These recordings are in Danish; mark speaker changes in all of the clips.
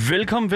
Speaker 1: Velkommen.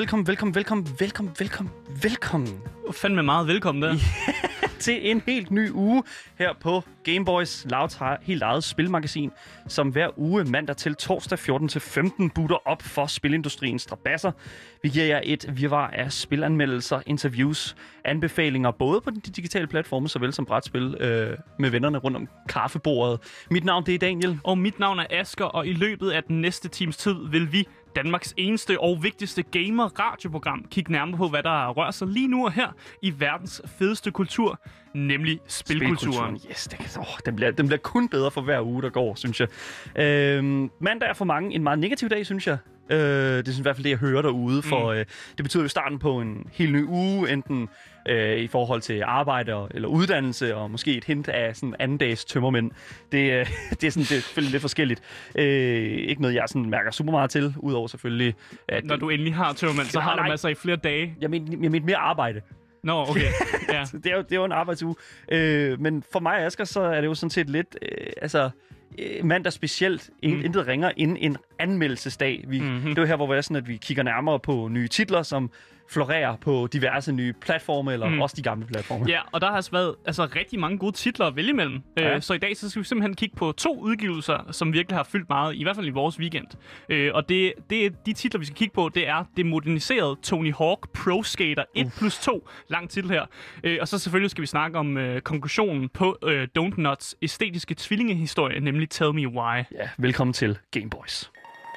Speaker 2: Fandme meget velkommen der.
Speaker 1: Til en helt ny uge her på Gameboys helt eget spilmagasin, som hver uge mandag til torsdag 14-15 butter op for spilindustriens strabasser. Vi giver jer et virvar af spilanmeldelser, interviews, anbefalinger, både på de digitale platforme, såvel som brætspil med vennerne rundt om kaffebordet. Mit navn det er Daniel.
Speaker 2: Og mit navn er Asger, og i løbet af den næste times tid vil vi, Danmarks eneste og vigtigste gamer-radioprogram, kigge nærmere på, hvad der rører sig lige nu og her i verdens fedeste kultur, nemlig spilkulturen.
Speaker 1: Yes, den bliver kun bedre for hver uge, der går, synes jeg. Mandag er for mange en meget negativ dag, synes jeg. Det er i hvert fald det, jeg hører derude, for det betyder jo starten på en helt ny uge, enten i forhold til arbejde eller uddannelse, og måske et hint af sådan anden dags tømmermænd. Det er selvfølgelig lidt forskelligt. Ikke noget, jeg sådan mærker super meget til, udover selvfølgelig... At
Speaker 2: når du endelig har tømmermænd, så har du masser i flere dage.
Speaker 1: Jeg mener mere arbejde.
Speaker 2: Nå, okay. Ja.
Speaker 1: Det er jo en arbejdsuge. Men for mig og Asger, så er det jo sådan set lidt... mandag specielt. Intet ringer inden en anmeldelsesdag. Det er jo her, hvor det er sådan, at vi kigger nærmere på nye titler, som florerer på diverse nye platforme, eller også de gamle platforme.
Speaker 2: Ja, og der har altså været rigtig mange gode titler at vælge imellem. Ja. Så i dag så skal vi simpelthen kigge på 2 udgivelser, som virkelig har fyldt meget, i hvert fald i vores weekend. Og de titler, vi skal kigge på, det er det moderniserede Tony Hawk Pro Skater 1+2. Lang titel her. Og så selvfølgelig skal vi snakke om konklusionen på Dontnuts æstetiske tvillingehistorie, nemlig Tell Me Why.
Speaker 1: Ja, velkommen til Gameboys.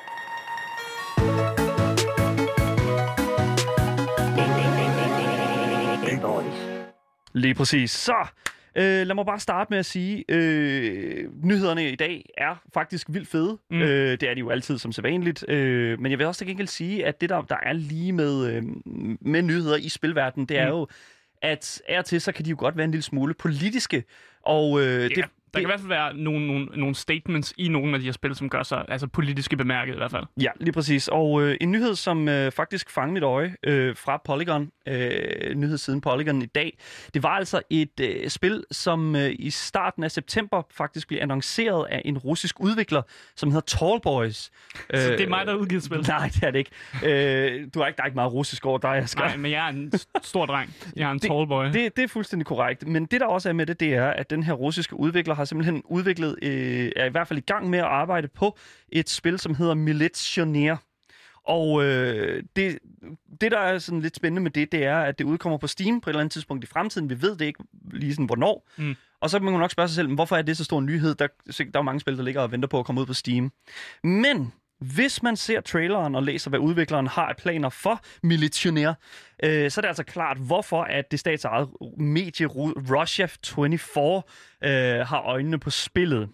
Speaker 1: Lige præcis. Så lad mig bare starte med at sige, nyhederne i dag er faktisk vildt fede. Det er de jo altid som sædvanligt. Men jeg vil også til gengæld sige, at det der er lige med nyheder i spilverdenen, det er jo, at af og til, så kan de jo godt være en lille smule politiske. Og
Speaker 2: der kan i hvert fald være nogle statements i nogle af de her spil, som gør sig politiske bemærket i hvert fald. Ja,
Speaker 1: lige præcis. Og en nyhed, som faktisk fangede mit øje fra Polygon, nyhedssiden Polygon i dag, det var altså et spil, som i starten af september faktisk blev annonceret af en russisk udvikler, som hedder Tallboys.
Speaker 2: Så det er mig, der har udgivet spil?
Speaker 1: Nej, det er det ikke. Der er ikke meget russisk over dig, Asger.
Speaker 2: Nej, men jeg er en stor dreng. Jeg er en tallboy.
Speaker 1: Det er fuldstændig korrekt. Men det, der også er med det er, at den her russiske udvikler har simpelthen udviklet, er i hvert fald i gang med at arbejde på et spil, som hedder Militsioner. Og det, der er sådan lidt spændende med det er, at det udkommer på Steam på et eller andet tidspunkt i fremtiden. Vi ved det ikke lige sådan, hvornår. Og så kan man nok spørge sig selv, hvorfor er det så stor en nyhed? Der er jo mange spil, der ligger og venter på at komme ud på Steam. Men hvis man ser traileren og læser, hvad udvikleren har af planer for Militsioner, så er det altså klart, hvorfor at det statsejet medie Russia 24 har øjnene på spillet.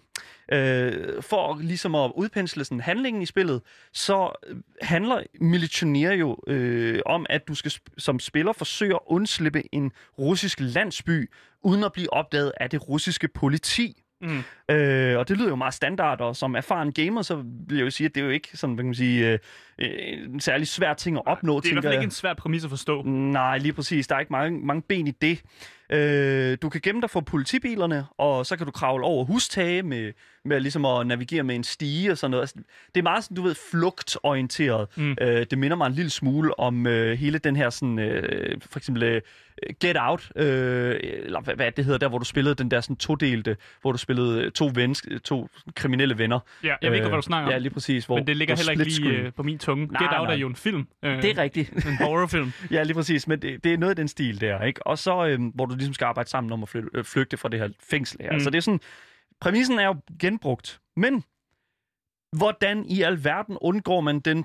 Speaker 1: For ligesom at udpensle sådan handlingen i spillet, så handler Militsioner jo om, at du skal som spiller forsøge at undslippe en russisk landsby, uden at blive opdaget af det russiske politi. Og det lyder jo meget standard, og som erfaren gamer, så vil jeg jo sige, at det er jo ikke sådan, hvad kan man sige, en særlig svær ting at opnå.
Speaker 2: Det er i hvert fald ikke en svær præmis at forstå.
Speaker 1: Nej, lige præcis. Der er ikke mange ben i det. Du kan gemme dig for politibilerne, og så kan du kravle over hustage med ligesom at navigere med en stige og sådan noget. Det er meget sådan, du ved, flugtorienteret. Det minder mig en lille smule om hele den her sådan, for eksempel Get Out, eller hvad det hedder, der hvor du spillede den der sådan todelte, hvor du spillede to kriminelle venner.
Speaker 2: Ja, jeg ved ikke, hvad du snakker om.
Speaker 1: Ja, lige præcis.
Speaker 2: Men det ligger heller ikke lige på min tunge. Get Out er jo en film.
Speaker 1: Det er rigtigt.
Speaker 2: En horrorfilm.
Speaker 1: Ja, lige præcis. Men det er noget af den stil der, ikke? Og så, hvor du ligesom skal arbejde sammen om at flygte fra det her fængsel her. Så det er sådan, præmissen er jo genbrugt. Men hvordan i alverden undgår man den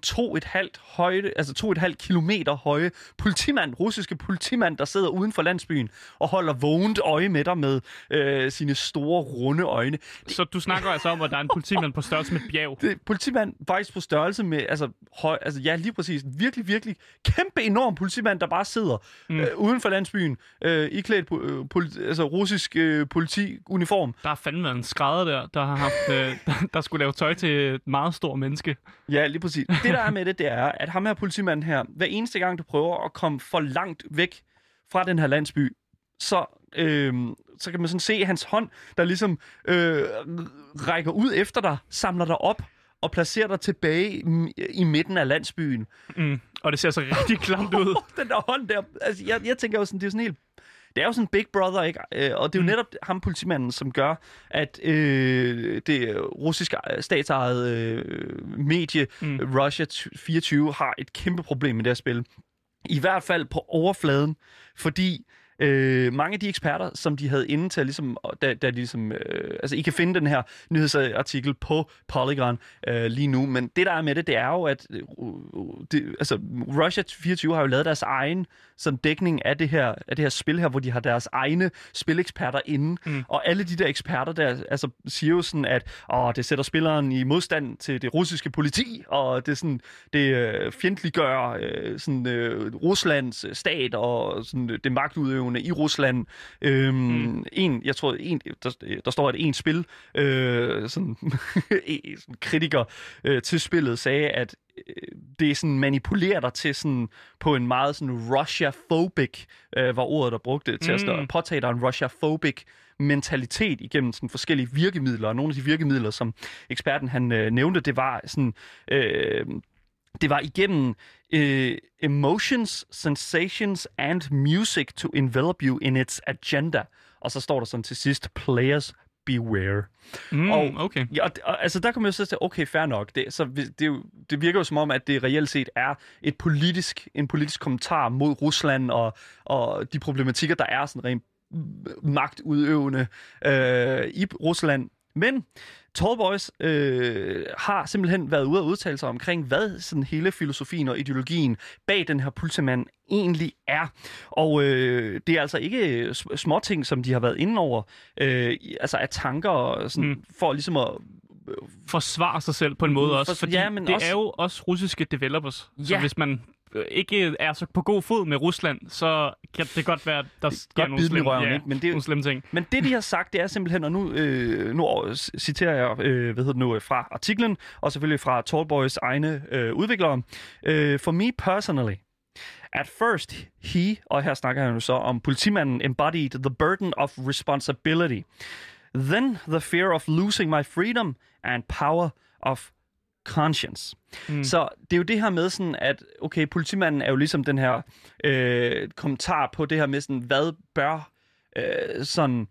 Speaker 1: 2,5 kilometer høje russiske politimand, der sidder uden for landsbyen og holder vågent øje med dig med sine store, runde øjne?
Speaker 2: Så du snakker altså om, at der er en politimand på størrelse med et bjerg?
Speaker 1: Det er politimand faktisk på størrelse med, ja, lige præcis, virkelig, virkelig kæmpe enorm politimand, der bare sidder uden for landsbyen, iklædt russisk politiuniform.
Speaker 2: Der er fandme en skrædder der har haft, der skulle lave tøj til et meget stort menneske.
Speaker 1: Ja, lige præcis. Det, der er med det er, at ham her politimanden her, hver eneste gang, du prøver at komme for langt væk fra den her landsby, så kan man sådan se hans hånd, der ligesom rækker ud efter dig, samler dig op, og placerer dig tilbage i midten af landsbyen.
Speaker 2: Og det ser så rigtig klamt ud.
Speaker 1: Den der hånd der, altså jeg tænker jo sådan, det er sådan helt... Det er jo sådan Big Brother, ikke? Og det er jo netop ham, politimanden, som gør, at det russiske statsejede medie, Russia 24, har et kæmpe problem med det her spil. I hvert fald på overfladen, fordi mange af de eksperter, som de havde inde til, ligesom, da ligesom, altså I kan finde den her nyhedsartikel på Polygon lige nu, men det der er med det er jo, at altså, Russia 24 har jo lavet deres egen sådan dækning af det her spil her, hvor de har deres egne spileksperter inde, og alle de der eksperter der altså, siger jo sådan, at det sætter spilleren i modstand til det russiske politi, og det sådan, det fjendtliggør sådan Ruslands stat og sådan det magtudøvende i Rusland. Jeg tror, der står, at en spil sådan kritiker til spillet sagde, at det sådan manipulerer dig til sådan på en meget sådan Russia-phobic, var ordet, der brugte til at påtage dig en Russia-phobic mentalitet igennem sådan forskellige virkemidler. Og nogle af de virkemidler, som eksperten han nævnte, det var sådan... Det var igennem emotions, sensations and music to envelop you in its agenda. Og så står der sådan til sidst, players beware.
Speaker 2: Okay.
Speaker 1: Ja, altså der kan man jo så sige, okay, fair nok. Det virker jo som om, at det reelt set er en politisk kommentar mod Rusland og de problematikker, der er sådan rent magtudøvende i Rusland. Men Tallboys har simpelthen været ude og udtale sig omkring, hvad sådan hele filosofien og ideologien bag den her politimand egentlig er. Og det er altså ikke småting, som de har været inde over, altså af tanker og sådan, for ligesom at
Speaker 2: forsvare sig selv på en måde også, fordi det er jo også russiske developers. Ja. Så hvis man ikke er så på god fod med Rusland, så kan det godt være, at der sker nogle slemme ting. Men
Speaker 1: det, de har sagt, det er simpelthen, og nu citerer jeg fra artiklen, og selvfølgelig fra Tallboys egne udviklere. For me personally, at first og her snakker han jo så om politimanden, embodied the burden of responsibility. Then the fear of losing my freedom and power of conscience. Så det er jo det her med sådan, at okay, politimanden er jo ligesom den her kommentar på det her med sådan, hvad bør sådan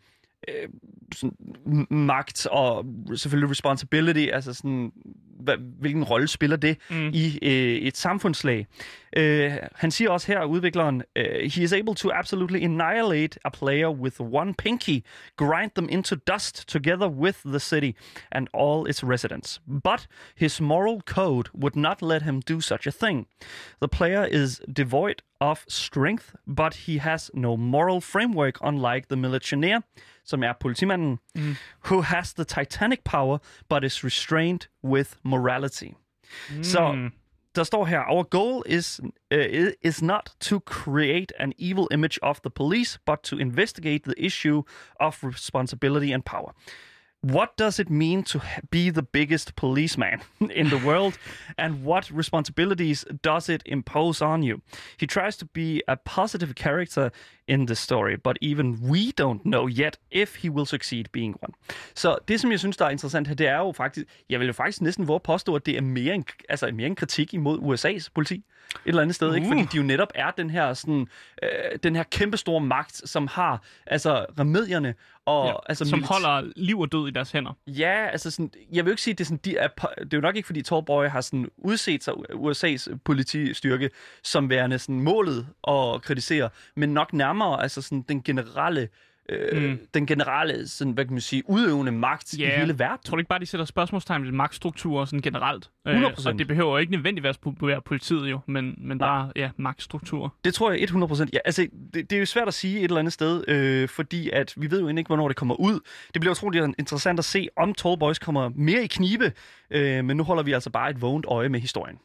Speaker 1: magt og selvfølgelig responsibility, altså sådan, hvilken rolle spiller det i et samfundslag. Han siger også her, udvikleren, he is able to absolutely annihilate a player with one pinky, grind them into dust together with the city and all its residents. But his moral code would not let him do such a thing. The player is devoid of strength, but he has no moral framework, unlike the militaire, som er politimanden, who has the titanic power, but is restrained with morality. Så der står her, our goal is not to create an evil image of the police, but to investigate the issue of responsibility and power. What does it mean to be the biggest policeman in the world, and what responsibilities does it impose on you? He tries to be a positive character in the story, but even we don't know yet if he will succeed being one. Så det, som jeg synes, der er interessant her, det er jo faktisk, jeg vil jo faktisk næsten våge påstå, at det er mere en kritik imod USA's politi et eller andet sted, ikke? Fordi de jo netop er den her sådan, den her kæmpestore magt, som har altså remedierne og altså
Speaker 2: som holder liv og død i deres hænder.
Speaker 1: Ja, altså sådan, jeg vil jo ikke sige, at det er sådan, det er jo nok ikke, fordi Tallboy har sådan udset sig USA's politistyrke som værende sådan målet at kritisere, men nok nærmere altså sådan den generelle sådan, hvad kan man sige, udøvende magt i hele verden.
Speaker 2: Tror du ikke bare, de sætter spørgsmålstegn ved magtstrukturer sådan generelt?
Speaker 1: 100%.
Speaker 2: Og det behøver ikke nødvendigvis være politiet jo, men bare magtstrukturer.
Speaker 1: Det tror jeg 100%. Ja, altså, det er jo svært at sige et eller andet sted, fordi at vi ved jo ikke, hvornår det kommer ud. Det bliver utroligt interessant at se, om Tallboys kommer mere i knibe, men nu holder vi altså bare et vågent øje med historien.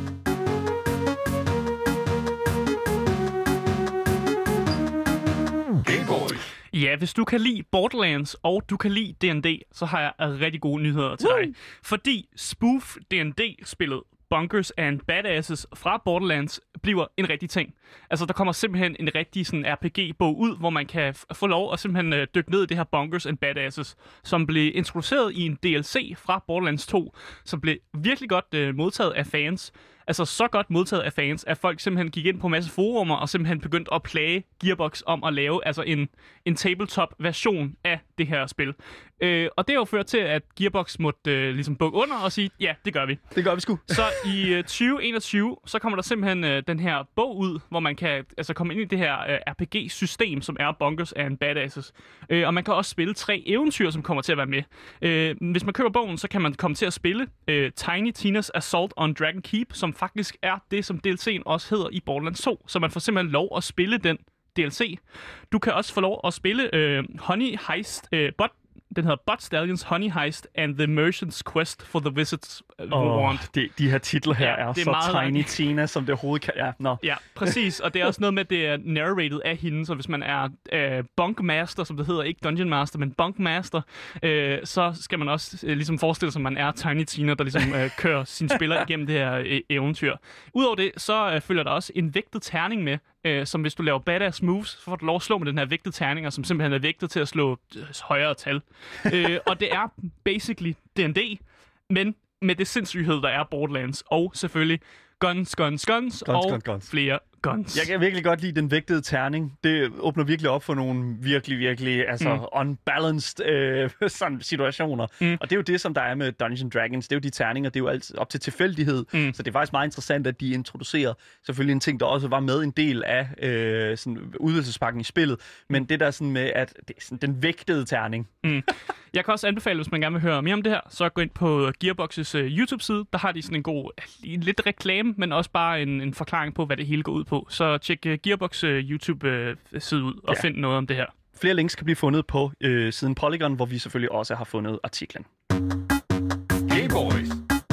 Speaker 2: Ja, hvis du kan lide Borderlands, og du kan lide D&D, så har jeg rigtig gode nyheder til dig. Fordi Spoof D&D-spillet Bunkers and Badasses fra Borderlands bliver en rigtig ting. Altså, der kommer simpelthen en rigtig sådan RPG-bog ud, hvor man kan få lov at simpelthen dykke ned i det her Bunkers and Badasses, som blev introduceret i en DLC fra Borderlands 2, som blev virkelig godt modtaget af fans. Altså så godt modtaget af fans, at folk simpelthen gik ind på en masse forumer og simpelthen begyndte at plage Gearbox om at lave altså en tabletop-version af det her spil. Og det har jo ført til, at Gearbox måtte ligesom bukke under og sige, ja, det gør vi.
Speaker 1: Det gør vi sgu.
Speaker 2: Så i 2021, så kommer der simpelthen den her bog ud, hvor man kan altså komme ind i det her RPG-system, som er Bunkers and Badasses. Og man kan også spille 3 eventyr, som kommer til at være med. Hvis man køber bogen, så kan man komme til at spille Tiny Tina's Assault on Dragon Keep, som faktisk er det, som DLC'en også hedder i Borderlands 2. Så man får simpelthen lov at spille den DLC. Du kan også få lov at spille Honey Heist, den hedder Bud Stallions Honey Heist and the Merchant's Quest for the Wizard's Wand.
Speaker 1: De her titler her er så
Speaker 2: meget
Speaker 1: Tiny Tina, som det overhovedet kan. Ja,
Speaker 2: ja, præcis. Og det er også noget med, at det er narrated af hende, så hvis man er Bunkmaster, som det hedder, ikke Dungeon Master, men Bunkmaster, så skal man også ligesom forestille sig, at man er Tiny Tina, der ligesom kører sine spillere igennem det her eventyr. Udover det, så følger der også en vægtet terning med, som hvis du laver badass moves, så får du lov at slå med den her vægtede terninger, som simpelthen er vægtet til at slå højere tal. Og det er basically D&D, men med det sindssyghed, der er Borderlands, og selvfølgelig guns, flere guns.
Speaker 1: Jeg kan virkelig godt lide den vægtede terning. Det åbner virkelig op for nogle virkelig unbalanced sådan situationer. Og det er jo det, som der er med Dungeons & Dragons. Det er jo de terninger, det er jo altid op til tilfældighed. Så det er faktisk meget interessant, at de introducerer selvfølgelig en ting, der også var med en del af sådan udvidelsespakken i spillet. Men det der sådan med, at det er sådan den vægtede terning.
Speaker 2: Jeg kan også anbefale, hvis man gerne vil høre mere om det her, så gå ind på Gearbox's YouTube-side. Der har de sådan en god, lidt reklame, men også bare en forklaring på, hvad det hele går ud på. Så tjek Gearbox YouTube-side ud og find noget om det her.
Speaker 1: Flere links kan blive fundet på siden Polygon, hvor vi selvfølgelig også har fundet artiklen.
Speaker 3: Gameboys.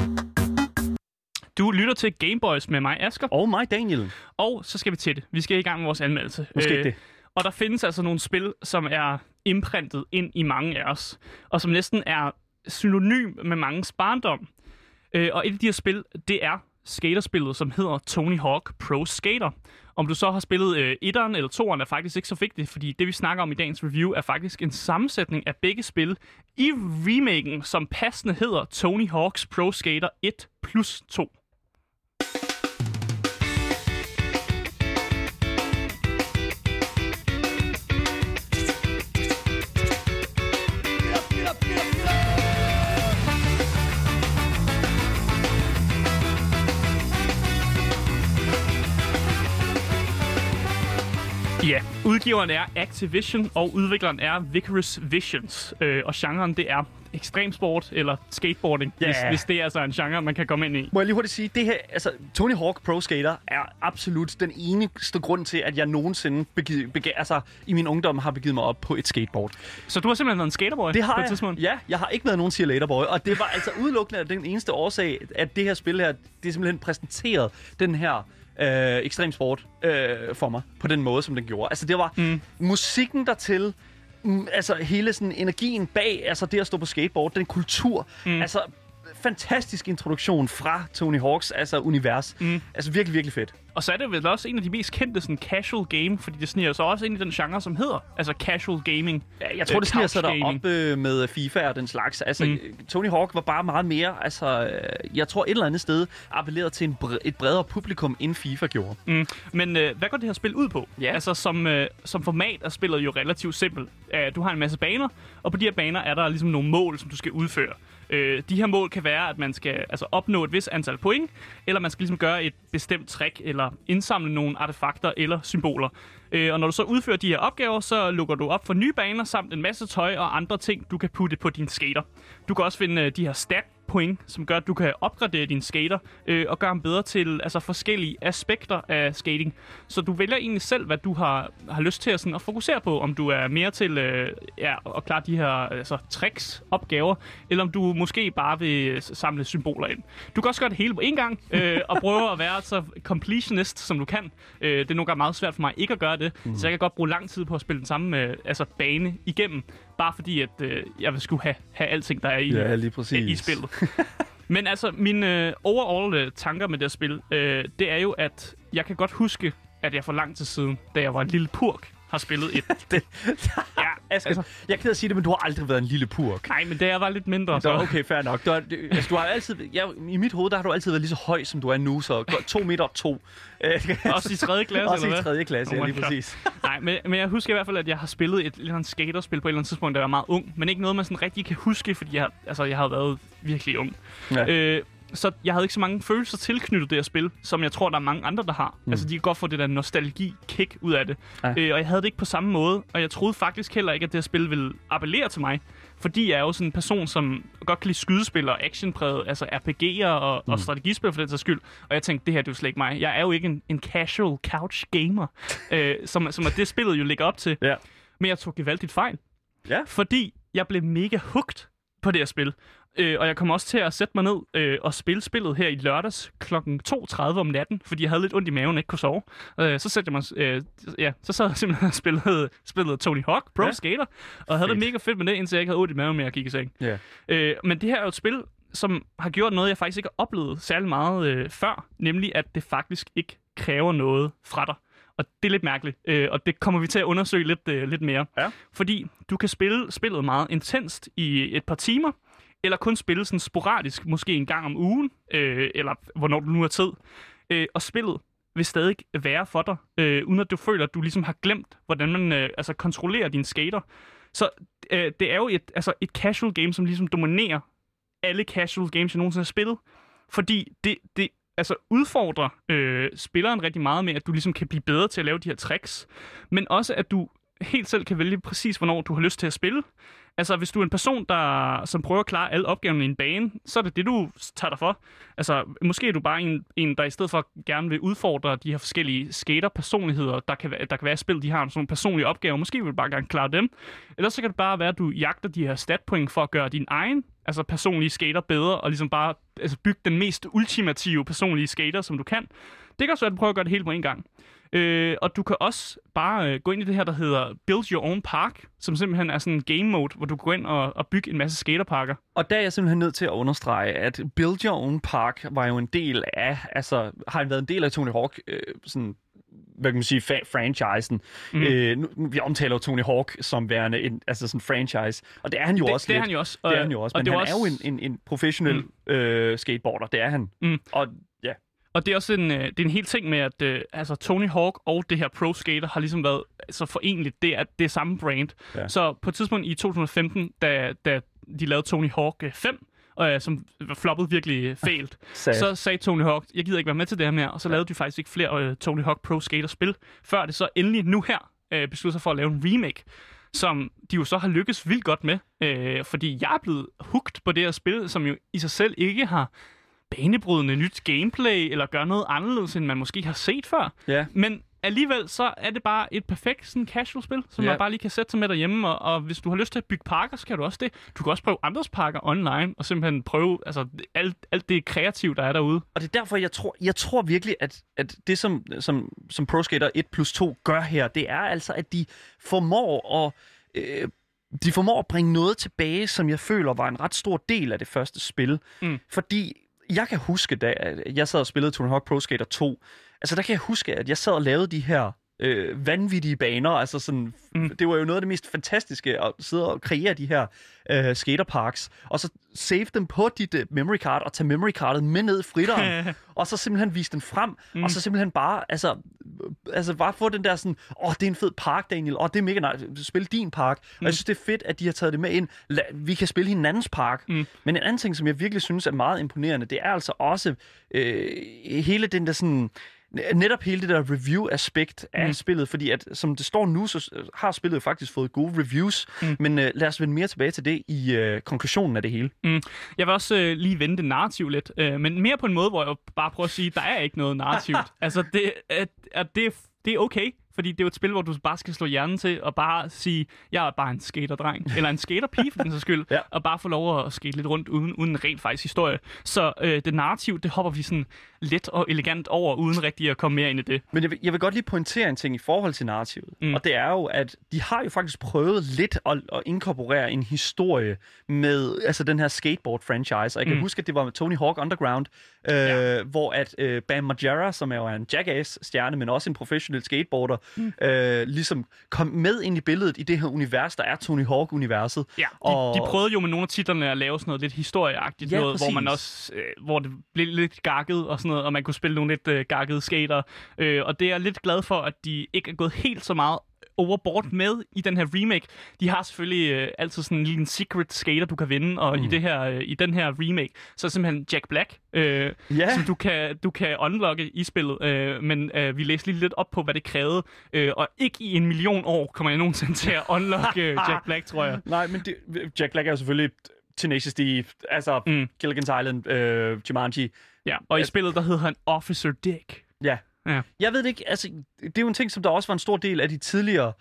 Speaker 2: Du lytter til Gameboys med mig, Asger.
Speaker 1: Og mig, Daniel.
Speaker 2: Og så skal vi til det. Vi skal i gang med vores anmeldelse.
Speaker 1: Måske det.
Speaker 2: Og der findes altså nogle spil, som er imprintet ind i mange af os, og som næsten er synonym med manges barndom. Og et af de her spil, det er skaterspillet, som hedder Tony Hawk Pro Skater. Om du så har spillet 1'eren eller 2'eren er faktisk ikke så vigtigt, fordi det vi snakker om i dagens review er faktisk en sammensætning af begge spil i remaken, som passende hedder Tony Hawk's Pro Skater 1+2. Ja, udgiveren er Activision, og udvikleren er Vicarious Visions. Og genren, det er ekstremsport eller skateboarding, hvis det er altså en genre, man kan komme ind i.
Speaker 1: Må jeg lige hurtigt sige, det her, altså Tony Hawk Pro Skater er absolut den eneste grund til, at jeg nogensinde i min ungdom har begivet mig op på et skateboard.
Speaker 2: Så du har simpelthen været en skaterboy
Speaker 1: det har
Speaker 2: på et
Speaker 1: jeg.
Speaker 2: tidspunkt?
Speaker 1: Ja, jeg har ikke været nogen cheerleaderboy, og det var altså udelukkende den eneste årsag, at det her spil her, det er simpelthen præsenteret den her ekstremsport for mig, på den måde, som den gjorde. Altså, det var musikken dertil, altså hele sådan energien bag, altså det at stå på skateboard, den kultur, altså fantastisk introduktion fra Tony Hawks, altså univers. Altså virkelig, virkelig fedt.
Speaker 2: Og så er det vel også en af de mest kendte sådan casual game, fordi det sniger så også ind i den genre, som hedder altså casual gaming.
Speaker 1: Ja, jeg tror, det sniger sig derop med FIFA og den slags. Altså, Tony Hawk var bare meget mere, altså, jeg tror et eller andet sted appelleret til et bredere publikum, end FIFA gjorde.
Speaker 2: Men hvad går det her spil ud på?
Speaker 1: Ja.
Speaker 2: Altså, som format er spillet jo relativt simpelt. Du har en masse baner, og på de her baner er der ligesom nogle mål, som du skal udføre. De her mål kan være, at man skal altså opnå et vis antal point, eller man skal ligesom gøre et bestemt trick, eller indsamle nogle artefakter eller symboler. Og når du så udfører de her opgaver, så lukker du op for nye baner, samt en masse tøj og andre ting, du kan putte på din skater. Du kan også finde de her stat point, som gør, at du kan opgradere din skater og gøre dem bedre til altså forskellige aspekter af skating. Så du vælger egentlig selv, hvad du har lyst til at fokusere på, om du er mere til at klare de her altså, tricks, opgaver, eller om du måske bare vil samle symboler ind. Du kan også gøre det hele på en gang og prøve at være så completionist, som du kan. Det er nogle gange meget svært for mig ikke at gøre det, så jeg kan godt bruge lang tid på at spille den samme bane igennem, bare fordi at jeg vil skulle have alting, der er i spillet. Men altså, mine overall tanker med det spil, det er jo, at jeg kan godt huske, at jeg for lang tid siden, da jeg var en lille purk, har spillet et...
Speaker 1: Ja, altså, jeg er ked at sige det, men du har aldrig været en lille purk.
Speaker 2: Nej, men da jeg var lidt mindre, så...
Speaker 1: Okay, fair nok. Du har altid... I mit hoved, der har du altid været lige så høj, som du er nu, så 2,2 meter.
Speaker 2: Også i 3. klasse,
Speaker 1: Også
Speaker 2: eller
Speaker 1: i 3. klasse, ja, lige præcis.
Speaker 2: Nej, men jeg husker i hvert fald, at jeg har spillet et eller andet skaterspil på et eller andet tidspunkt, da jeg var meget ung, men ikke noget, man sådan rigtig kan huske, fordi jeg har været virkelig ung. Ja. Så jeg havde ikke så mange følelser tilknyttet det her spil, som jeg tror, der er mange andre, der har. Altså, de kan godt få det der nostalgi-kick ud af det. Ja. Og jeg havde det ikke på samme måde, og jeg troede faktisk heller ikke, at det her spil ville appellere til mig. Fordi jeg er jo sådan en person, som godt kan lide skydespil og actionpræget, altså RPG'er og strategispil for den sags skyld. Og jeg tænkte, det her det er jo slet ikke mig. Jeg er jo ikke en casual couch gamer, som er det spillet jo ligger op til. Ja. Men jeg tog gevaldigt fejl. Ja. Fordi jeg blev mega hooked på det her spil. Og jeg kom også til at sætte mig ned og spille spillet her i lørdags kl. 2:30 om natten, fordi jeg havde lidt ondt i maven og ikke kunne sove. Så satte jeg mig, så sad jeg simpelthen og spillede Tony Hawk Pro Skater, og havde det mega fedt med det, indtil jeg ikke havde ondt i maven med at kigge i seng. Yeah. Men det her er jo et spil, som har gjort noget, jeg faktisk ikke har oplevet særlig meget før, nemlig at det faktisk ikke kræver noget fra dig. Og det er lidt mærkeligt, og det kommer vi til at undersøge lidt mere. Ja. Fordi du kan spille spillet meget intenst i et par timer, eller kun spille sådan sporadisk, måske en gang om ugen, eller hvornår du nu har tid. Og spillet vil stadig være for dig, uden at du føler, at du ligesom har glemt, hvordan man kontrollerer dine skater. Så det er jo et casual game, som ligesom dominerer alle casual games, jeg nogensinde har spillet. Fordi det udfordrer spilleren rigtig meget med, at du ligesom kan blive bedre til at lave de her tricks, men også at du helt selv kan vælge præcis, hvornår du har lyst til at spille. Altså, hvis du er en person, som prøver at klare alle opgaverne i en bane, så er det du tager dig for. Altså, måske er du bare en der i stedet for gerne vil udfordre de her forskellige skater-personligheder, der kan være i spil, de har sådan nogle personlige opgaver. Måske vil du bare gerne klare dem. Ellers så kan det bare være, at du jagter de her statpoint for at gøre din egen personlige skater bedre, og ligesom bare bygge den mest ultimative personlige skater, som du kan. Det kan også være, at du prøver at gøre det hele på en gang. Og du kan også bare gå ind i det her, der hedder Build Your Own Park, som simpelthen er sådan en game mode, hvor du går ind og bygge en masse skaterparker. Og der er jeg simpelthen nødt til at understrege, at Build Your Own Park var jo en del af, har været en del af Tony Hawk, sådan, hvad kan man sige, franchisen. Vi omtaler jo Tony Hawk som værende sådan en franchise, og det er han jo også lidt. Det er han jo også. Det er han jo også, men han er jo en professionel skateboarder, det er han. Og ja. Og det er også det er en hel ting med, at Tony Hawk og det her Pro Skater har ligesom været så forenligt. Det er samme brand. Ja. Så på et tidspunkt i 2015, da de lavede Tony Hawk 5, som floppede virkelig fælt, så sagde Tony Hawk, jeg gider ikke være med til det her mere, og så lavede de faktisk ikke flere Tony Hawk Pro Skater-spil, før det så endelig nu her besluttede sig for at lave en remake, som de jo så har lykkes vildt godt med, fordi jeg er blevet hooked på det her spil, som jo i sig selv ikke har banebrydende nyt gameplay, eller gør noget anderledes, end man måske har set før. Yeah. Men alligevel så er det bare et perfekt sådan casual-spil, som man bare lige kan sætte sig med derhjemme, og hvis du har lyst til at bygge parker, så kan du også det. Du kan også prøve andres parker online, og simpelthen prøve alt det kreative, der er derude. Og det er derfor, jeg tror virkelig, at det, som Pro Skater 1+2 gør her, det er altså, at de formår at bringe noget tilbage, som jeg føler var en ret stor del af det første spil. Fordi jeg kan huske, da jeg sad og spillede Tony Hawk Pro Skater 2, der kan jeg huske, at jeg sad og lavede de her vanvittige baner. Det var jo noget af det mest fantastiske at sidde og kreere de her skaterparks, og så save dem på dit memory card, og tage memory cardet med ned i fritteren, og så simpelthen vise den frem, og så simpelthen bare, bare få den der sådan, det er en fed park, Daniel, det er mega nice, spil din park, og jeg synes, det er fedt, at de har taget det med ind, vi kan spille hinandens park, men en anden ting, som jeg virkelig synes er meget imponerende, det er altså også hele den der sådan, netop hele det der review-aspekt af spillet, fordi at, som det står nu, så har spillet faktisk fået gode reviews, men lad os vende mere tilbage til det i konklusionen af det hele. Jeg vil også lige vende det narrativ lidt, men mere på en måde, hvor jeg bare prøver at sige, at der er ikke noget narrativt. Det er okay, fordi det er jo et spil, hvor du bare skal slå hjernen til og bare sige, jeg er bare en skaterdreng, eller en skaterpige for den sags skyld, og bare få lov at skate lidt rundt uden en rent faktisk historie. Så det narrativ, det hopper vi sådan let og elegant over, uden rigtig at komme mere ind i det. Men
Speaker 1: jeg vil godt lige pointere en ting i forhold til narrativet, og det er jo, at de har jo faktisk prøvet lidt at inkorporere en historie med altså den her skateboard-franchise, og jeg kan huske, at det var med Tony Hawk Underground, hvor at Bam Margera, som er jo en Jackass-stjerne, men også en professionel skateboarder, ligesom kom med ind i billedet i det her univers, der er Tony Hawk-universet.
Speaker 2: Ja, de prøvede jo med nogle af titlerne at lave sådan noget lidt historieagtigt, noget, hvor man også, hvor det blev lidt gakket og sådan noget, og man kunne spille nogle lidt gakkede skater. Og det er jeg lidt glad for, at de ikke er gået helt så meget overboard med i den her remake. De har selvfølgelig altid sådan en lille secret skater, du kan vinde, og i den her remake, så er simpelthen Jack Black, som du kan unlocke i spillet, men vi læste lige lidt op på, hvad det krævede, og ikke i 1 million år kommer jeg nogensinde til at unlocke Jack Black, tror jeg.
Speaker 1: Nej, men Jack Black er jo selvfølgelig Tenacious D, altså Gilligan's Island, Jumanji.
Speaker 2: Ja, og i spillet, der hedder han Officer Dick.
Speaker 1: Ja. Jeg ved det ikke, altså, det er jo en ting, som der også var en stor del af de tidligere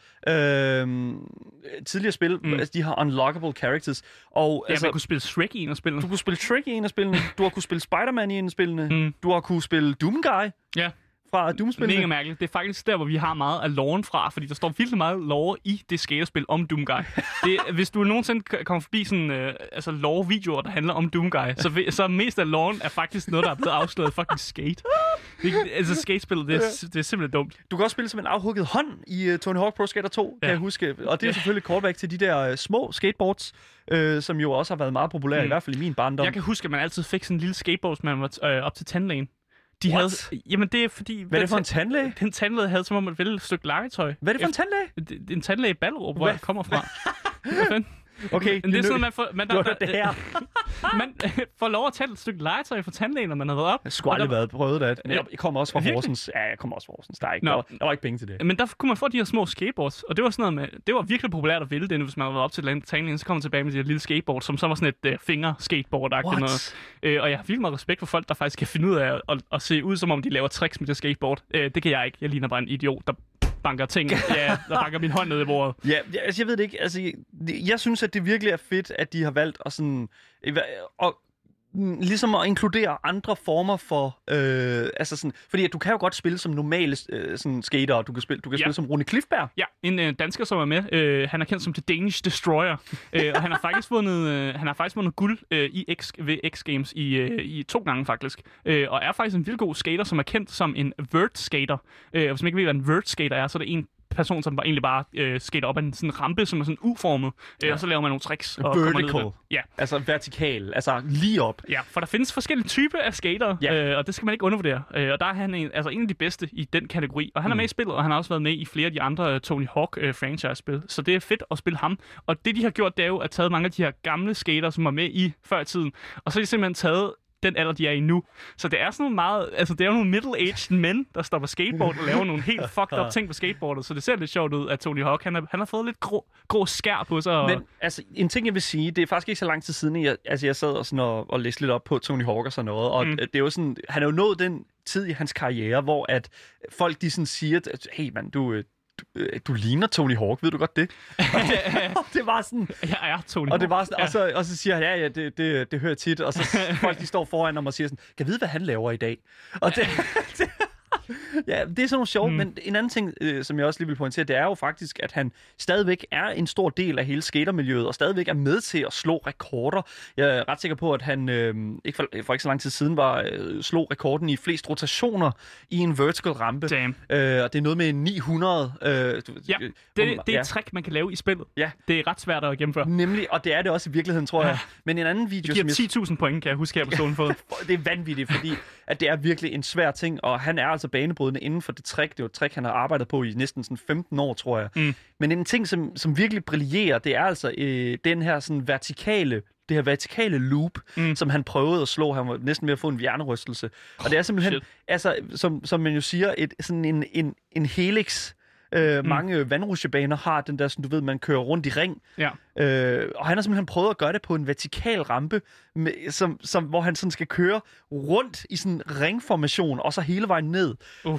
Speaker 1: spil, altså de har unlockable characters. Og,
Speaker 2: ja, man kunne spille Shrek i en af spillene.
Speaker 1: Du kunne spille Shrek i en af spillene, du har kunne spille Spider-Man i en af spillene, du har kunne spille Doomguy.
Speaker 2: Ja.
Speaker 1: Fra Doom-spillene.
Speaker 2: Mega mærkeligt. Det er faktisk der, hvor vi har meget af loven fra, fordi der står virkelig meget lore i det skaterspil om Doomguy. Hvis du nogensinde kommer forbi sådan lore-videoer, der handler om Doomguy, så mest af loven er faktisk noget, der er blevet afsløret fucking skate. Skatespillet, det er simpelthen dumt.
Speaker 1: Du kan også spille som en afhugget hånd i Tony Hawk Pro Skater 2, kan jeg huske. Og det er selvfølgelig callback til de der små skateboards, som jo også har været meget populære, i hvert fald i min barndom.
Speaker 2: Jeg kan huske, at man altid fik sådan en lille skateboard, som man var op til tandlægen. Jamen det er fordi...
Speaker 1: Hvad er det for en tandlæge?
Speaker 2: Den tandlæge havde som om at vælge et stykke legetøj.
Speaker 1: Hvad er det for en tandlæge?
Speaker 2: Det er en tandlæge i Ballerup, hvor jeg kommer fra. Hvad fanden?
Speaker 1: Okay,
Speaker 2: det er sådan, man får...
Speaker 1: det her.
Speaker 2: Man får lov at tage et stykke legetøj fra tandlægen, når man har været op.
Speaker 1: Jeg skulle aldrig været prøvet det. Jeg kommer også fra Horsens. Ja, jeg kommer også fra Horsens. Der var ikke penge til det.
Speaker 2: Men der kunne man få de her små skateboards, og det var sådan noget med... Det var virkelig populært at vælge det, hvis man havde været op til tandlægen, så kom man tilbage med de her lille skateboard, som så var sådan et finger-skateboard-agtigt noget. Og jeg har virkelig meget respekt for folk, der faktisk kan finde ud af at se ud, som om de laver tricks med det skateboard. Det kan jeg ikke. Jeg ligner bare en idiot, der banker ting. Ja, der banker min hånd ned i bordet.
Speaker 1: Ja, altså jeg ved det ikke. Altså, jeg synes, at det virkelig er fedt, at de har valgt at sådan... ligesom at inkludere andre former for... altså sådan, fordi at du kan jo godt spille som normale sådan skater. Du kan spille som Rune Cliffberg.
Speaker 2: Ja, en dansker, som er med. Han er kendt som The Danish Destroyer. Og han har faktisk vundet guld ved X Games i 2 gange faktisk. Og er faktisk en vildt god skater, som er kendt som en vert skater. Og hvis man ikke ved, hvad en vert skater er, så er det en person, som egentlig bare skater op ad en sådan rampe, som er sådan uformet, og så laver man nogle tricks. Og
Speaker 1: vertical. Ja. Altså vertikal. Altså lige op.
Speaker 2: Ja, for der findes forskellige typer af skater, og det skal man ikke undervurdere. Og der er han en af de bedste i den kategori. Og han er med i spillet, og han har også været med i flere af de andre Tony Hawk franchise-spil. Så det er fedt at spille ham. Og det, de har gjort, det er jo at tage mange af de her gamle skater, som var med i før i tiden, og så har de simpelthen taget den alder, de er i nu. Så det er sådan nogle meget... Altså, det er jo nogle middle-aged mænd, der står på skateboard og laver nogle helt fucked up ting på skateboardet. Så det ser lidt sjovt ud, at Tony Hawk, han har fået lidt grå skær på sig.
Speaker 1: Men altså, en ting, jeg vil sige, det er faktisk ikke så lang tid siden, jeg sad og, sådan og læste lidt op på Tony Hawk og sådan noget. Og det er jo sådan... Han har jo nået den tid i hans karriere, hvor at folk, de sådan siger, at hey mand, du ligner Tony Hawk, ved du godt det? Og det var sådan...
Speaker 2: Jeg er Tony Hawk.
Speaker 1: Og det var sådan, og så siger han, det hører tit, og så folk, de står foran ham og siger sådan, kan jeg vide, hvad han laver i dag? Og det ja, det er sådan nogle sjovt, men en anden ting, som jeg også lige vil pointere, det er jo faktisk, at han stadigvæk er en stor del af hele skatermiljøet, og stadigvæk er med til at slå rekorder. Jeg er ret sikker på, at han for ikke så lang tid siden slog rekorden i flest rotationer i en vertical rampe.
Speaker 2: Damn.
Speaker 1: Og det er noget med 900.
Speaker 2: Det er et trick, man kan lave i spillet.
Speaker 1: Ja.
Speaker 2: Det er ret svært at gennemføre.
Speaker 1: Nemlig, og det er det også i virkeligheden, tror jeg. Men en anden video...
Speaker 2: Det giver 10.000 point, kan jeg huske her på stående fod.
Speaker 1: Det er vanvittigt, fordi at det er virkelig en svær ting, og han er altså banebrydende inden for det trick. Det er jo et trick, han har arbejdet på i næsten sådan 15 år, tror jeg. Men en ting, som virkelig brillerer, det er altså den her sådan vertikale loop, som han prøvede at slå. Han var næsten ved at få en hjernerystelse. Og det er simpelthen, altså, som man jo siger, sådan en helix Mange vandrutsjebaner har den der, som du ved, man kører rundt i ring.
Speaker 2: Ja.
Speaker 1: Og han har simpelthen prøvet at gøre det på en vertikal rampe, hvor han sådan skal køre rundt i sådan en ringformation, og så hele vejen ned.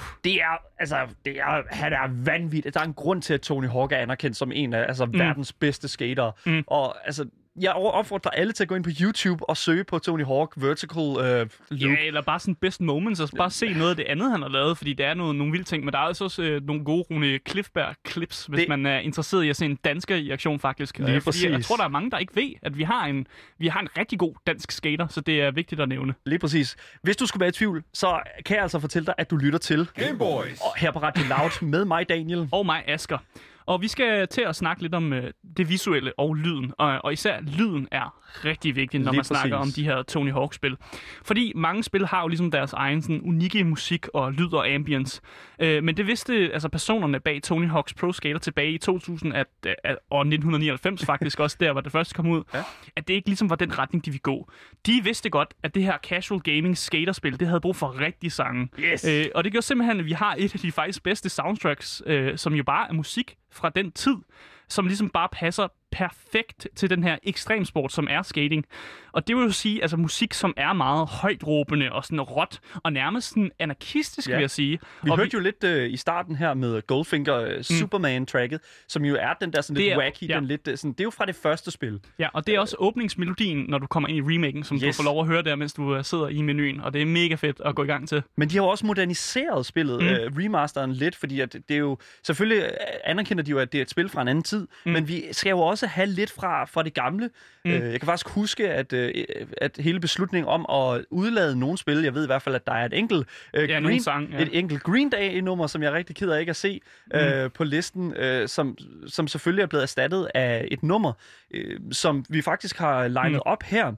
Speaker 1: Han er vanvittigt. Der er en grund til, at Tony Hawk er anerkendt som en af verdens bedste skatere. Og jeg opfordrer alle til at gå ind på YouTube og søge på Tony Hawk Vertical Loop.
Speaker 2: Ja, eller bare sådan best moments, og bare se noget af det andet, han har lavet, fordi det er nogle vilde ting. Men der er også nogle gode Rune Cliffberg-clips, hvis man er interesseret i at se en dansker i aktion, faktisk. Fordi jeg tror, der er mange, der ikke ved, at vi har en rigtig god dansk skater, så det er vigtigt at nævne.
Speaker 1: Lige præcis. Hvis du skulle være i tvivl, så kan jeg altså fortælle dig, at du lytter til
Speaker 3: Game Boys.
Speaker 1: Og her på Radio Loud med mig, Daniel.
Speaker 2: Og mig, Asger. Og vi skal til at snakke lidt om det visuelle og lyden. Og især lyden er rigtig vigtigt, når man snakker om de her Tony Hawk-spil. Fordi mange spil har jo ligesom deres egen sådan, unikke musik og lyd og ambience. Men det vidste personerne bag Tony Hawk's Pro Skater tilbage i 2000 og 1999 faktisk også, der var det første kom ud, at det ikke ligesom var den retning, de ville gå. De vidste godt, at det her casual gaming skaterspil, det havde brug for rigtig sange.
Speaker 1: Yes.
Speaker 2: Og det gør simpelthen, at vi har et af de faktisk bedste soundtracks, som jo bare er musik fra den tid, som ligesom bare passer perfekt til den her ekstremsport, som er skating. Og det vil jo sige, musik, som er meget højtråbende og sådan råt, og nærmest sådan anarkistisk, vil jeg sige.
Speaker 1: Vi hørte jo lidt i starten her med Goldfinger Superman-tracket, som jo er den der sådan lidt wacky, den lidt sådan, det er jo fra det første spil.
Speaker 2: Ja, og det er også åbningsmelodien, når du kommer ind i remaken, som du får lov at høre der, mens du sidder i menuen, og det er mega fedt at gå i gang til.
Speaker 1: Men de har jo også moderniseret spillet, remasteren lidt, fordi at det er jo, selvfølgelig anerkender de jo, at det er et spil fra en anden tid, men vi skal jo også have lidt fra det gamle. Jeg kan faktisk huske, at hele beslutningen om at udlade nogle spil, jeg ved i hvert fald, at der er et enkelt et enkelt Green Day-nummer, som jeg er rigtig ked af ikke at se på listen, som selvfølgelig er blevet erstattet af et nummer, som vi faktisk har legnet op her.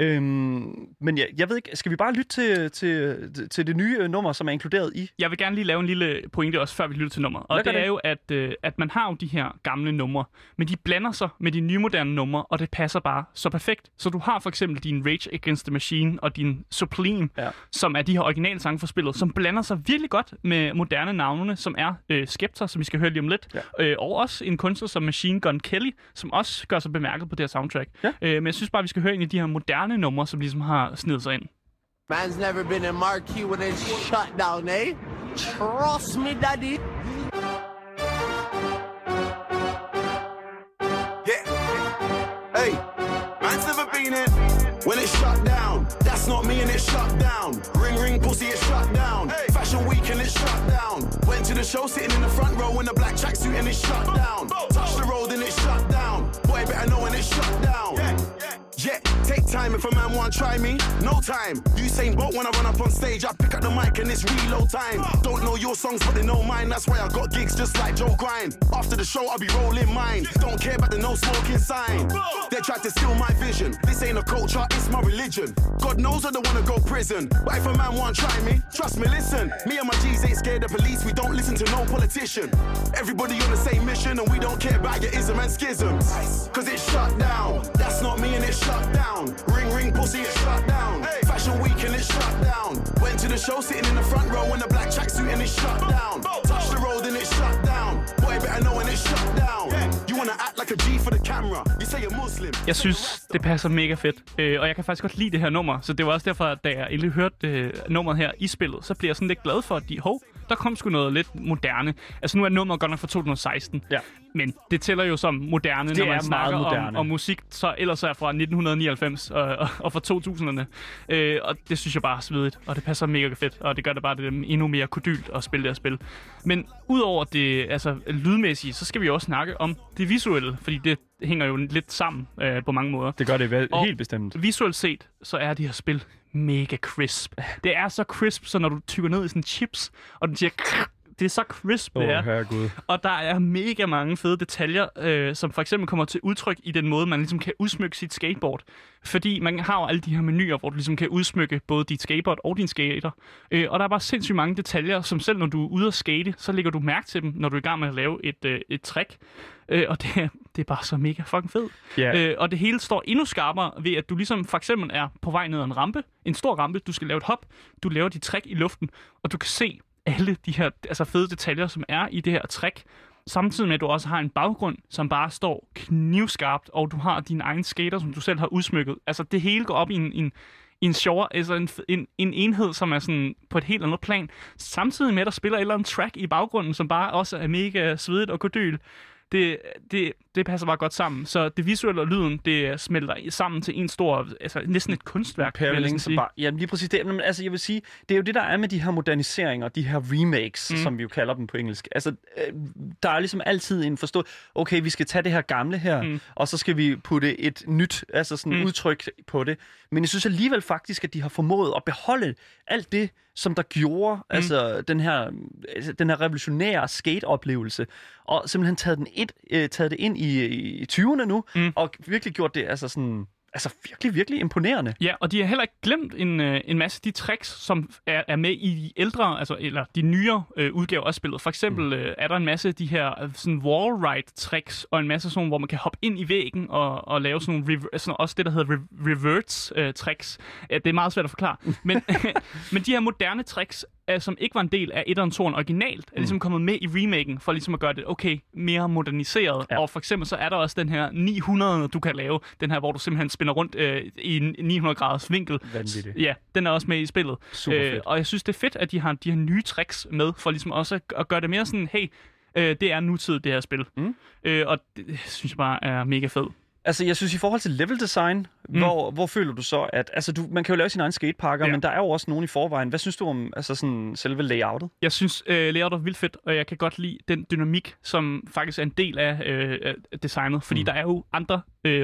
Speaker 1: Men jeg ved ikke, skal vi bare lytte til det nye nummer, som er inkluderet i?
Speaker 2: Jeg vil gerne lige lave en lille pointe også, før vi lytter til nummer. Og det er jo, at man har jo de her gamle numre, men de blander sig med de nye moderne numre, og det passer bare så perfekt. Så du har for eksempel din Rage Against the Machine og din Sublime, som er de her originale sange for spillet, som blander sig virkelig godt med moderne navnene, som er Skepta, som vi skal høre lige om lidt, og også en kunstner som Machine Gun Kelly, som også gør sig bemærket på det her soundtrack. Men jeg synes bare, vi skal høre ind i de her moderne numre, som ligesom har snedet sig ind.
Speaker 4: Man's never been in marquee when it's shut down, eh? Trust me, daddy.
Speaker 5: Yeah. Hey, man's never been in when it's shut down. That's not me and it's shut down. Ring, ring, pussy, it's shut down. Hey. Fashion week and it's shut down. Went to the show sitting in the front row in a black tracksuit and it's shut down. Touch the road and it's shut down. Boy, better know when it's shut down. Yeah, take time if a man want try me. No time. Usain Bolt when I run up on stage, I pick up the mic and it's reload time. Don't know your songs, but they know mine. That's why I got gigs just like Joe Grind. After the show, I'll be rolling mine. Don't care about the no smoking sign. They tried to steal my vision. This ain't a culture, it's my religion. God knows I don't wanna go prison, but if a man want try me, trust me, listen. Me and my G's ain't scared of police. We don't listen to no politician. Everybody on the same mission, and we don't care about your ism and schisms. Cause it's shut down. That's not me and it's shut down. Ring, ring, pussy, it's shut down. Fashion week and it's shut down. Went to the show sitting in the front row in a black tracksuit and it's shut down. Touch the road and it's shut down. Boy, better know when it's shut down. You wanna act like a G for the camera. You say you're Muslim.
Speaker 2: Jeg synes, det passer mega fedt. Og jeg kan faktisk godt lide det her nummer. Så det var også derfor, at da jeg endelig hørte nummeret her i spillet, så bliver jeg sådan lidt glad for, at der kom sgu noget lidt moderne. Altså nu er nummeret godt nok fra 2016. Ja. Men det tæller jo som moderne, når man snakker om musik, så ellers er fra 1999 og fra 2000'erne. Og det synes jeg bare er svedigt, og det passer mega fedt, og det gør det bare det endnu mere kodylt at spille det her spil. Men udover det lydmæssige, så skal vi også snakke om det visuelle, fordi det hænger jo lidt sammen på mange måder.
Speaker 1: Det gør det helt bestemt.
Speaker 2: Visuelt set, så er det her spil mega crisp. Det er så crisp, så når du tykker ned i sådan chips, og den siger det er så crisp, det er.
Speaker 1: Herregud.
Speaker 2: Og der er mega mange fede detaljer, som for eksempel kommer til udtryk i den måde, man ligesom kan udsmykke sit skateboard. Fordi man har jo alle de her menuer, hvor du ligesom kan udsmykke både dit skateboard og din skater. Og der er bare sindssygt mange detaljer, som selv når du er ude at skate, så lægger du mærke til dem, når du er i gang med at lave et trick. Og det er bare så mega fucking fedt. Yeah. Og det hele står endnu skarpere ved, at du ligesom for eksempel er på vej ned ad en rampe, en stor rampe, du skal lave et hop, du laver dit trick i luften, og du kan se, alle de her fede detaljer, som er i det her trick, samtidig med, at du også har en baggrund, som bare står knivskarpt, og du har dine egne skater, som du selv har udsmykket. Altså, det hele går op i en sjovere, altså en enhed, som er sådan på et helt andet plan. Samtidig med, at der spiller et eller andet track i baggrunden, som bare også er mega svedigt og godyl. Det passer bare godt sammen. Så det visuelle og lyden, det smelter sammen til en stor, altså næsten et kunstværk.
Speaker 1: Ja, lige præcis det. Men altså, jeg vil sige, det er jo det, der er med de her moderniseringer, de her remakes, som vi jo kalder dem på engelsk. Altså, der er ligesom altid en okay, vi skal tage det her gamle her, og så skal vi putte et nyt, altså sådan udtryk på det. Men jeg synes alligevel faktisk, at de har formået at beholde alt det, som der gjorde altså den her revolutionære skate-oplevelse, og simpelthen taget det ind i 20'erne nu, og virkelig gjort det virkelig, virkelig imponerende.
Speaker 2: Ja, og de har heller ikke glemt en masse af de tricks, som er med i de ældre, eller de nyere udgaver af spillet. For eksempel er der en masse af de her sådan wall ride tricks, og en masse sådan, hvor man kan hoppe ind i væggen og lave sådan nogle, også det, der hedder reverts tricks. Det er meget svært at forklare. Men de her moderne tricks, som ikke var en del af 1'eren, 2'eren originalt, er ligesom kommet med i remaken, for ligesom at gøre det mere moderniseret. Ja. Og for eksempel så er der også den her 900, du kan lave, den her, hvor du simpelthen spinner rundt i en 900 graders vinkel.
Speaker 1: Vanvittigt.
Speaker 2: Ja, den er også med i spillet.
Speaker 1: Super fedt.
Speaker 2: Og jeg synes, det er fedt, at de har de her nye tricks med, for ligesom også at gøre det mere sådan, hey, det er nutid, det her spil. Og det synes jeg bare er mega fedt.
Speaker 1: Altså, jeg synes, i forhold til level design, hvor føler du så, at... Altså, man kan jo lave sine egne skateparker, men der er jo også nogen i forvejen. Hvad synes du om sådan, selve layoutet?
Speaker 2: Jeg synes, layoutet er vildt fedt, og jeg kan godt lide den dynamik, som faktisk er en del af designet. Fordi der er jo andre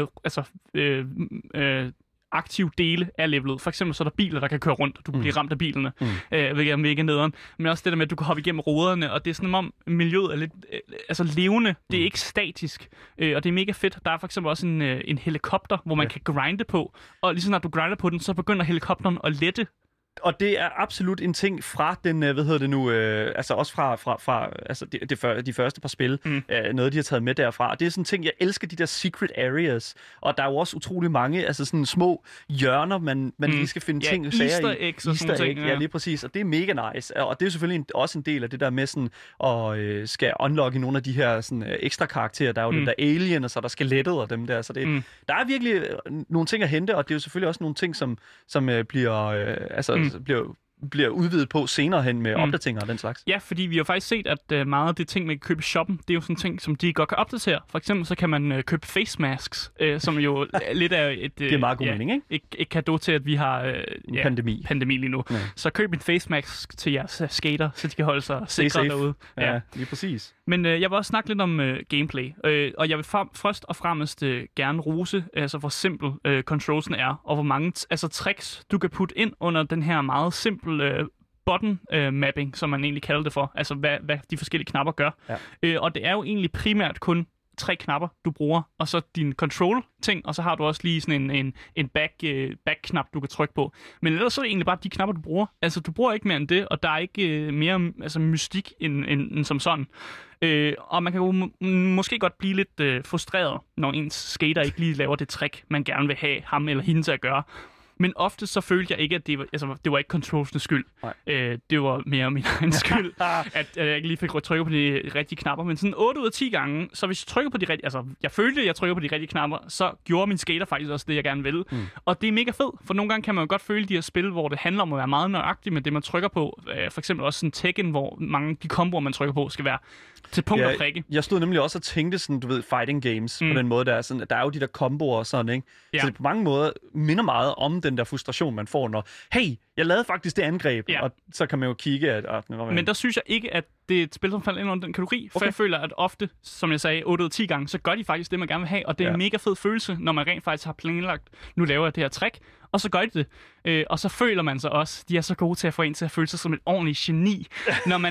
Speaker 2: aktive dele af levelet. For eksempel så er der biler, der kan køre rundt, og du kan blive ramt af bilerne, hvilket er mega nederen. Men også det der med, at du kan hoppe igennem ruderne, og det er sådan, om miljøet er lidt levende. Det er ikke statisk, og det er mega fedt. Der er for eksempel også en helikopter, hvor man kan grinde på, og ligesom når du grinder på den, så begynder helikopteren at lette.
Speaker 1: Og det er absolut en ting fra den, også fra altså de første par spil, noget de har taget med derfra. Det er sådan en ting, jeg elsker de der secret areas, og der er jo også utrolig mange, altså sådan små hjørner, man lige skal finde ting og sager i.
Speaker 2: Easter eggs og sådan ting.
Speaker 1: Ja, lige præcis, og det er mega nice. Og det er selvfølgelig også en del af det der med sådan, at skal unlocke nogle af de her sådan, ekstra karakterer. Der er jo den der alien, og så er der skelettet og dem der. Så det, der er virkelig nogle ting at hente, og det er jo selvfølgelig også nogle ting, som bliver udvidet på senere hen med opdateringer og den slags.
Speaker 2: Ja, fordi vi har faktisk set, at meget af det ting, man kan købe i shoppen, det er jo sådan ting, som de godt kan opdatere. For eksempel så kan man købe face masks, som jo lidt er et...
Speaker 1: det er meget god mening, ikke?
Speaker 2: Et cadeau til, at vi har pandemi lige nu. Ja. Så køb en face mask til jeres skater, så de kan holde sig sikre derude.
Speaker 1: Ja, lige præcis.
Speaker 2: Men jeg vil også snakke lidt om gameplay, og jeg vil først og fremmest gerne rose, altså hvor simpel controlsen er, og hvor mange tricks, du kan putte ind under den her meget simple button mapping, som man egentlig kalder det for, altså hvad de forskellige knapper gør. Ja. Og det er jo egentlig primært kun 3 knapper, du bruger, og så din control-ting, og så har du også lige sådan en back-knap, du kan trykke på. Men ellers så er det egentlig bare de knapper, du bruger. Altså, du bruger ikke mere end det, og der er ikke mere mystik end som sådan. Og man kan jo måske godt blive lidt frustreret, når ens skater ikke lige laver det trick, man gerne vil have ham eller hende til at gøre. Men ofte så følte jeg ikke, at det var ikke controlsens skyld. Det var mere min egen skyld, at jeg ikke lige fik trykket på de rigtige knapper. Men sådan 8 ud af 10 gange, så hvis jeg trykker på de rigtige... Altså, jeg følte, at jeg trykker på de rigtige knapper, så gjorde min skater faktisk også det, jeg gerne ville. Og det er mega fedt, for nogle gange kan man jo godt føle de her spil, hvor det handler om at være meget nøjagtig med det, man trykker på. For eksempel også sådan Tekken, hvor mange de komboer, man trykker på, skal være til punkt og prikke.
Speaker 1: Jeg stod nemlig også og tænkte sådan, du ved, fighting games på den måde, der er sådan, der er jo de der komboer og sådan, ikke? Ja. Så det på mange måder minder meget om den der frustration, man får, når, hey, jeg lavede faktisk det angreb, og så kan man jo kigge, at...
Speaker 2: Men der synes jeg ikke, at det er et spil, som falder ind under den kategori, for jeg føler, at ofte, som jeg sagde, 8 ud af 10 gange, så gør de faktisk det, man gerne vil have, og det er en mega fed følelse, når man rent faktisk har planlagt, nu laver jeg det her trick, og så gør de det. Og så føler man sig også, de er så gode til at få en til at føle sig som et ordentligt geni, når man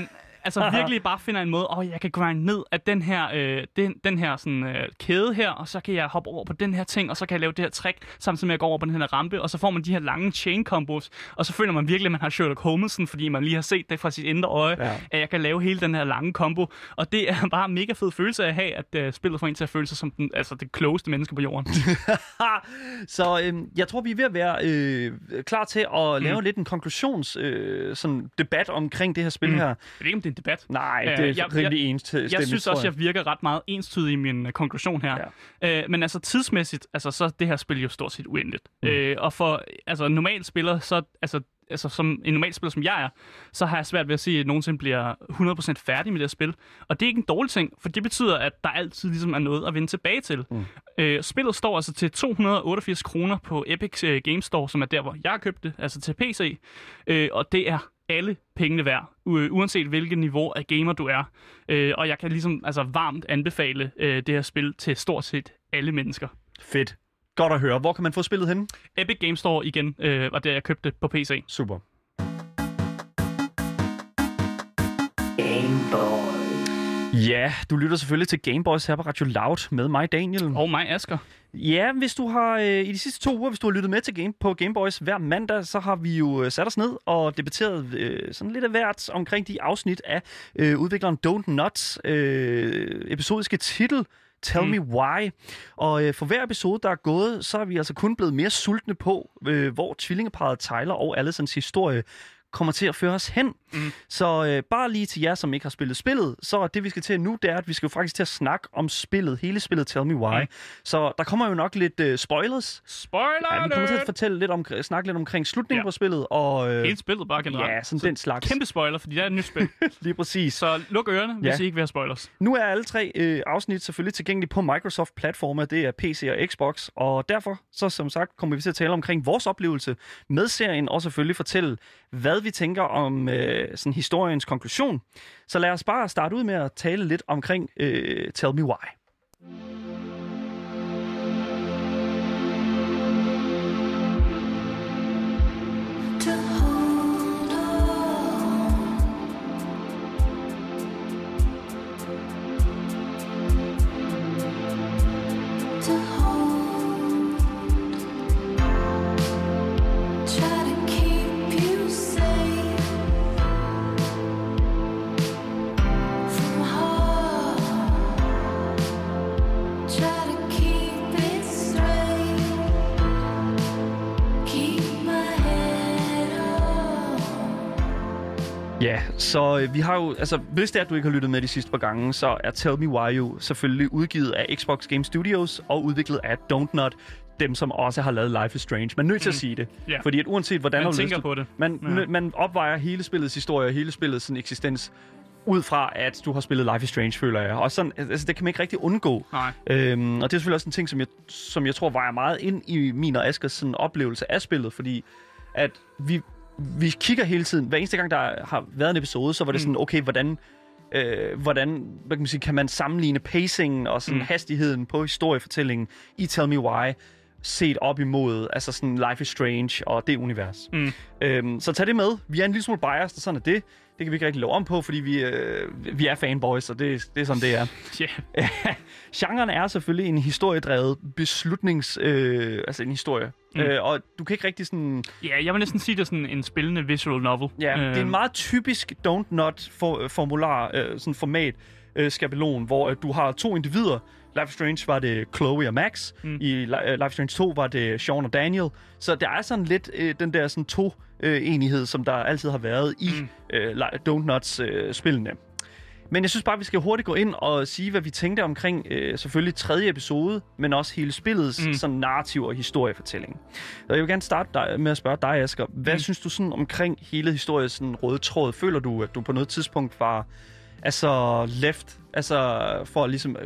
Speaker 2: altså virkelig bare finder en måde, jeg kan grinde ned af den her sådan, kæde her, og så kan jeg hoppe over på den her ting, og så kan jeg lave det her trick, samtidig med at jeg går over på den her rampe, og så får man de her lange chain combos, og så føler man virkelig, at man har Sherlock Holmesen, fordi man lige har set det fra sit indre øje, at jeg kan lave hele den her lange combo, og det er bare en mega fed følelse at have, at spillet får en til at føle sig som det klogeste menneske på jorden.
Speaker 1: Så jeg tror, vi er ved at være klar til at lave lidt en konklusions sådan debat omkring det her spil her.
Speaker 2: Jeg ved ikke, om det er en debat.
Speaker 1: Nej, det er rimelig enstemmigt.
Speaker 2: Jeg synes også, jeg virker ret meget enstydig i min konklusion her. Ja. Men altså tidsmæssigt, så er det her spil jo stort set uendeligt. Og for normalt spiller, så som en normal spiller, som jeg er, så har jeg svært ved at sige, at jeg nogensinde bliver 100% færdig med det her spil. Og det er ikke en dårlig ting, for det betyder, at der altid ligesom er noget at vende tilbage til. Spillet står altså til 288 kroner på Epic Games Store, som er der, hvor jeg har købt det, altså til PC. Og det er alle pengene værd, uanset hvilket niveau af gamer du er. Og jeg kan ligesom varmt anbefale det her spil til stort set alle mennesker.
Speaker 1: Fedt. Godt at høre. Hvor kan man få spillet henne?
Speaker 2: Epic Games Store igen, var der jeg købte det på PC.
Speaker 1: Super. Ja, du lytter selvfølgelig til Gameboys her på Radio Loud med mig, Daniel.
Speaker 2: Og mig, Asger.
Speaker 1: Ja, hvis du har i de sidste 2 uger, hvis du har lyttet med til på Gameboys hver mandag, så har vi jo sat os ned og debatteret sådan lidt af hvert omkring de afsnit af udvikleren Don't Nuts episodiske titel Tell Me Why. Og for hver episode, der er gået, så er vi altså kun blevet mere sultne på, hvor tvillingeparret Tyler og Allisons historie kommer til at føre os hen. Så bare lige til jer, som ikke har spillet spillet, så det vi skal til nu, det er, at vi skal jo faktisk til at snakke om spillet, hele spillet Tell Me Why. Så der kommer jo nok lidt spoilers.
Speaker 2: Spoiler!
Speaker 1: Ja, vi kommer til at snakke lidt omkring slutningen på spillet. Og,
Speaker 2: hele spillet bare generelt.
Speaker 1: Ja, sådan den slags.
Speaker 2: Kæmpe spoiler, fordi det er et nyt spil.
Speaker 1: Lige præcis.
Speaker 2: Så luk ørerne, hvis I ikke vil have spoilers.
Speaker 1: Nu er alle 3 afsnit selvfølgelig tilgængelige på Microsoft-platformer. Det er PC og Xbox, og derfor, så som sagt, kommer vi til at tale omkring vores oplevelse med serien, og selvfølgelig fortælle, hvad vi tænker om sådan historiens konklusion. Så lad os bare starte ud med at tale lidt omkring Tell Me Why. Ja, så vi har jo, hvis det er, at du ikke har lyttet med de sidste par gange, så er Tell Me Why jo selvfølgelig udgivet af Xbox Game Studios og udviklet af Don't Nut, dem som også har lavet Life is Strange. Man er nødt til at sige det, fordi at uanset hvordan
Speaker 2: man tænker på det.
Speaker 1: Man opvejer hele spillets historie og hele spillets sådan, eksistens ud fra, at du har spillet Life is Strange, føler jeg. Og sådan, det kan man ikke rigtig undgå. Og det er selvfølgelig også en ting, som jeg tror vejer meget ind i min og Askers sådan, oplevelse af spillet, fordi at vi kigger hele tiden. Hver eneste gang, der har været en episode, så var det sådan, okay, hvordan hvad kan man sige, kan man sammenligne pacingen og sådan hastigheden på historiefortællingen i Tell Me Why set op imod sådan Life is Strange og det univers. Så tag det med. Vi er en lille smule biased, og sådan er det. Det kan vi ikke rigtig love om på, fordi vi er fanboys, og det er sådan, det er.
Speaker 2: Yeah.
Speaker 1: Genren er selvfølgelig en historiedrevet en historie. Og du kan ikke rigtig sådan...
Speaker 2: Ja, jeg vil næsten sige, det er sådan en spillende visual novel.
Speaker 1: Ja, det er en meget typisk Don't Nut formular, sådan format skabelon, hvor du har 2 individer. Life is Strange var det Chloe og Max. I Life is Strange 2 var det Sean og Daniel. Så der er sådan lidt den der sådan enighed, som der altid har været i Don't Nuts spillene. Men jeg synes bare, vi skal hurtigt gå ind og sige, hvad vi tænkte omkring selvfølgelig 3. episode, men også hele spillets sådan narrativ og historiefortælling. Og jeg vil gerne starte med at spørge dig, Asger. Hvad synes du sådan omkring hele historiens sådan røde tråd? Føler du, at du på noget tidspunkt var left, for ligesom,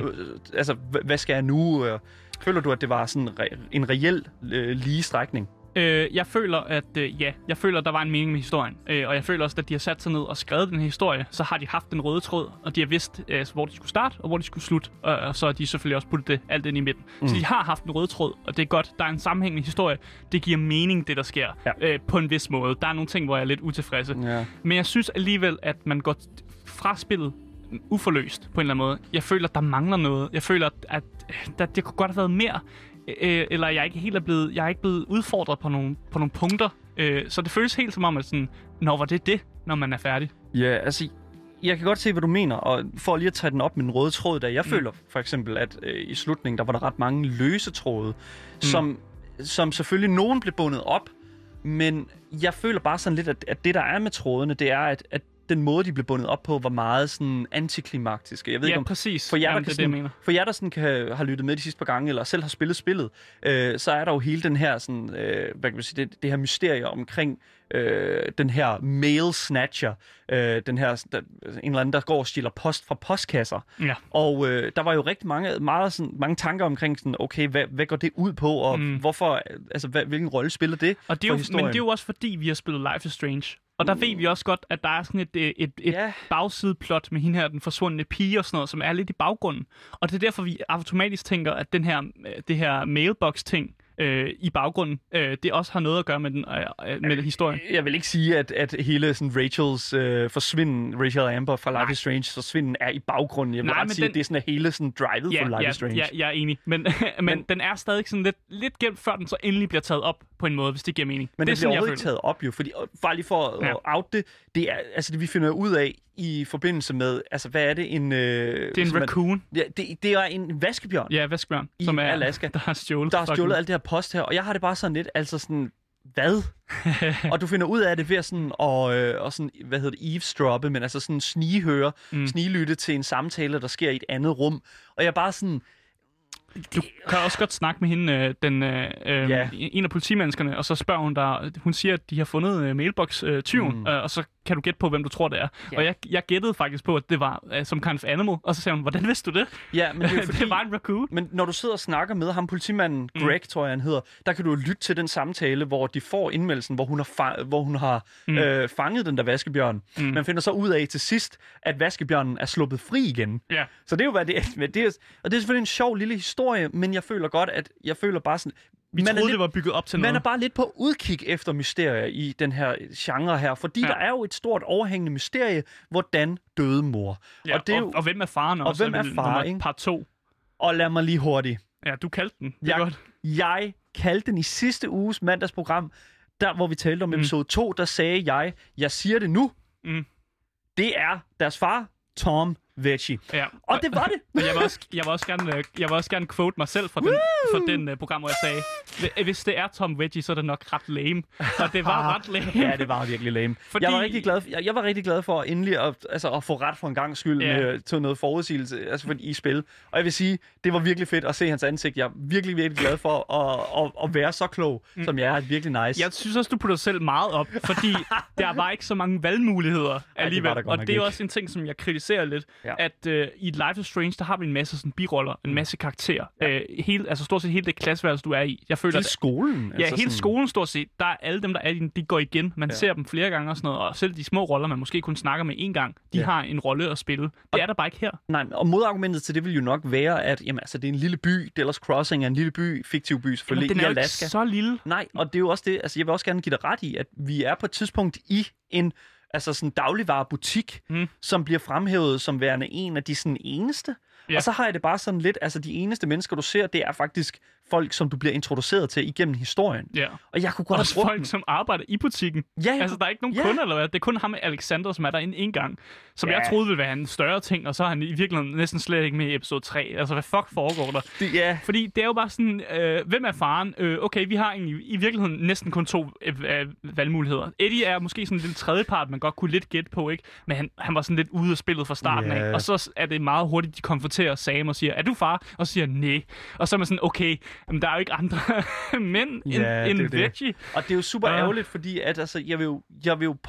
Speaker 1: hvad skal jeg nu? Føler du, at det var sådan en reel lige strækning?
Speaker 2: Jeg føler, at der var en mening med historien. Og jeg føler også, at de har sat sig ned og skrevet den her historie, så har de haft en røde tråd, og de har vidst, hvor de skulle starte, og hvor de skulle slutte. Og så har de selvfølgelig også puttet det alt ind i midten. Så de har haft en røde tråd, og det er godt. Der er en sammenhængende historie. Det giver mening, det der sker, på en vis måde. Der er nogle ting, hvor jeg er lidt utilfredse. Ja. Men jeg synes alligevel, at man går fra spillet uforløst på en eller anden måde. Jeg føler, at der mangler noget. Jeg føler, at det kunne godt have været mere, eller jeg er ikke blevet udfordret på nogle punkter. Så det føles helt som om, at sådan, var det, når man er færdig?
Speaker 1: Ja, altså, jeg kan godt se, hvad du mener, og for lige at tage den op med den røde tråd, der jeg føler for eksempel, at i slutningen, der var der ret mange løse tråde, som selvfølgelig nogen blev bundet op, men jeg føler bare sådan lidt, at det, der er med trådene, det er, at den måde, de blev bundet op på, var meget sådan antiklimaktiske. Jeg ved ikke, om,
Speaker 2: præcis.
Speaker 1: For jer, der sådan har lyttet med de sidste par gange, eller selv har spillet, så er der jo hele den her sådan, hvad kan man sige, det her mysterie omkring den her mail snatcher, den her en eller anden, der går og stjæler post fra postkasser. Ja. Og der var jo rigtig mange tanker omkring sådan, okay, hvad går det ud på, og hvorfor, altså hvilken rolle spiller det
Speaker 2: og det er jo, men det er jo også fordi, vi har spillet Life is Strange. Og der ved vi også godt, at der er sådan et bagsideplot med hende her, den forsvundne pige og sådan noget, som er lidt i baggrunden. Og det er derfor, vi automatisk tænker, at det her mailbox-ting i baggrunden, det også har noget at gøre med historien.
Speaker 1: Jeg vil ikke sige, at hele sådan Rachels Rachel Amber fra Life is Strange forsvinden er i baggrunden. Jeg vil ret sige, at det er sådan hele sådan drivet for Life is Strange.
Speaker 2: Ja, jeg er enig. Men den er stadig sådan lidt gemt, før den så endelig bliver taget op på en måde, hvis det giver mening.
Speaker 1: Men det bliver overhovedet ikke taget op jo, fordi bare lige for at out det er, altså det vi finder ud af i forbindelse med, altså hvad er det?
Speaker 2: Det er en raccoon.
Speaker 1: Det er en vaskebjørn.
Speaker 2: Ja, vaskebjørn. Som er
Speaker 1: Alaska.
Speaker 2: Der har stjålet
Speaker 1: alt det her post her, og jeg har det bare sådan lidt, altså sådan, hvad? Og du finder ud af det ved sådan og sådan, eavesdroppe, men altså sådan snigelytte til en samtale, der sker i et andet rum. Og jeg er bare sådan,
Speaker 2: du kan også godt snakke med hende, en af politimenneskerne, og så spørger hun dig, hun siger, at de har fundet mailbox-tyven, og så kan du gætte på, hvem du tror, det er. Ja. Og jeg gættede faktisk på, at det var som kind of animal, og så sagde hun, hvordan vidste du det? Ja, men det var en raccoon.
Speaker 1: Men når du sidder og snakker med ham, politimanden Greg, tror jeg han hedder, der kan du lytte til den samtale, hvor de får indmeldelsen, hvor hun har fanget den der vaskebjørn. Man finder så ud af til sidst, at vaskebjørnen er sluppet fri igen. Ja. Så det er jo, hvad det er. Og det er selvfølgelig en sjov lille historie, men jeg føler godt, at jeg føler bare sådan,
Speaker 2: vi troede, det var bygget op til noget.
Speaker 1: Man er bare lidt på udkig efter mysterier i den her genre her, fordi der er jo et stort overhængende mysterie, hvordan døde mor.
Speaker 2: Ja, og hvem er faren også?
Speaker 1: Og hvem er far, ikke?
Speaker 2: Part 2.
Speaker 1: Og lad mig lige hurtigt.
Speaker 2: Ja, du kaldte den. Det er godt.
Speaker 1: Jeg kaldte den i sidste uges mandagsprogram, der hvor vi talte om episode 2, der sagde jeg siger det nu. Det er deres far, Tom Veggie. Ja. Og det var det.
Speaker 2: Jeg vil også gerne quote mig selv fra den program, hvor jeg sagde, hvis det er Tom Veggie, så er det nok ret lame. Og det var ret lame.
Speaker 1: Ja, det var virkelig lame. Fordi jeg var rigtig glad for endelig at få ret for en gang skyld til noget forudsigelse i spil. Og jeg vil sige, det var virkelig fedt at se hans ansigt. Jeg er virkelig, virkelig glad for at være så klog, som jeg er. Virkelig nice.
Speaker 2: Jeg synes også, du putter dig selv meget op, fordi der var ikke så mange valgmuligheder alligevel. Og det er også en ting, som jeg kritiserer lidt. Ja. At i Life is Strange, der har vi en masse sådan biroller, en masse karakterer. Altså stort set hele det klasseværelse, du er i. Jeg føler,
Speaker 1: hele skolen?
Speaker 2: Ja, hele skolen stort set. Der er alle dem, der er i den, de går igen. Man ser dem flere gange og sådan noget. Og selv de små roller, man måske kun snakker med én gang, de har en rolle at spille. Det er der bare ikke her.
Speaker 1: Nej, og modargumentet til det vil jo nok være, at jamen, altså, det er en lille by. Delos Crossing er en lille by, fiktiv by selvfølgelig,
Speaker 2: i
Speaker 1: Alaska.
Speaker 2: Den er ikke så lille.
Speaker 1: Nej, og det er jo også det. Altså, jeg vil også gerne give dig ret i, at vi er på et tidspunkt i en sådan dagligvarebutik, som bliver fremhævet som værende en af de sådan eneste. Ja. Og så har jeg det bare sådan lidt, altså de eneste mennesker, du ser, det er faktisk folk, som du bliver introduceret til igennem historien. Ja. Og jeg kunne godt
Speaker 2: også folk, som arbejder i butikken. Ja, altså, der er ikke nogen kunder, eller hvad? Det er kun ham med Alexander, som er derinde en gang. Som jeg troede ville være en større ting, og så er han i virkeligheden næsten slet ikke med i episode 3. Altså, hvad fuck foregår der? Fordi det er jo bare sådan, hvem er faren? Okay, vi har egentlig i virkeligheden næsten kun 2 valgmuligheder. Eddie er måske sådan en lille tredjepart, man godt kunne lidt gætte på, ikke? Men han var sådan lidt ude af spillet fra starten af. Og så er det meget hurtigt, de konfronterer Sam og siger, er du far? Og så siger nej. Og så er man sådan, okay, men der er jo ikke andre mænd end Veggie.
Speaker 1: Og det er jo super ærgerligt, fordi at, altså, jeg vil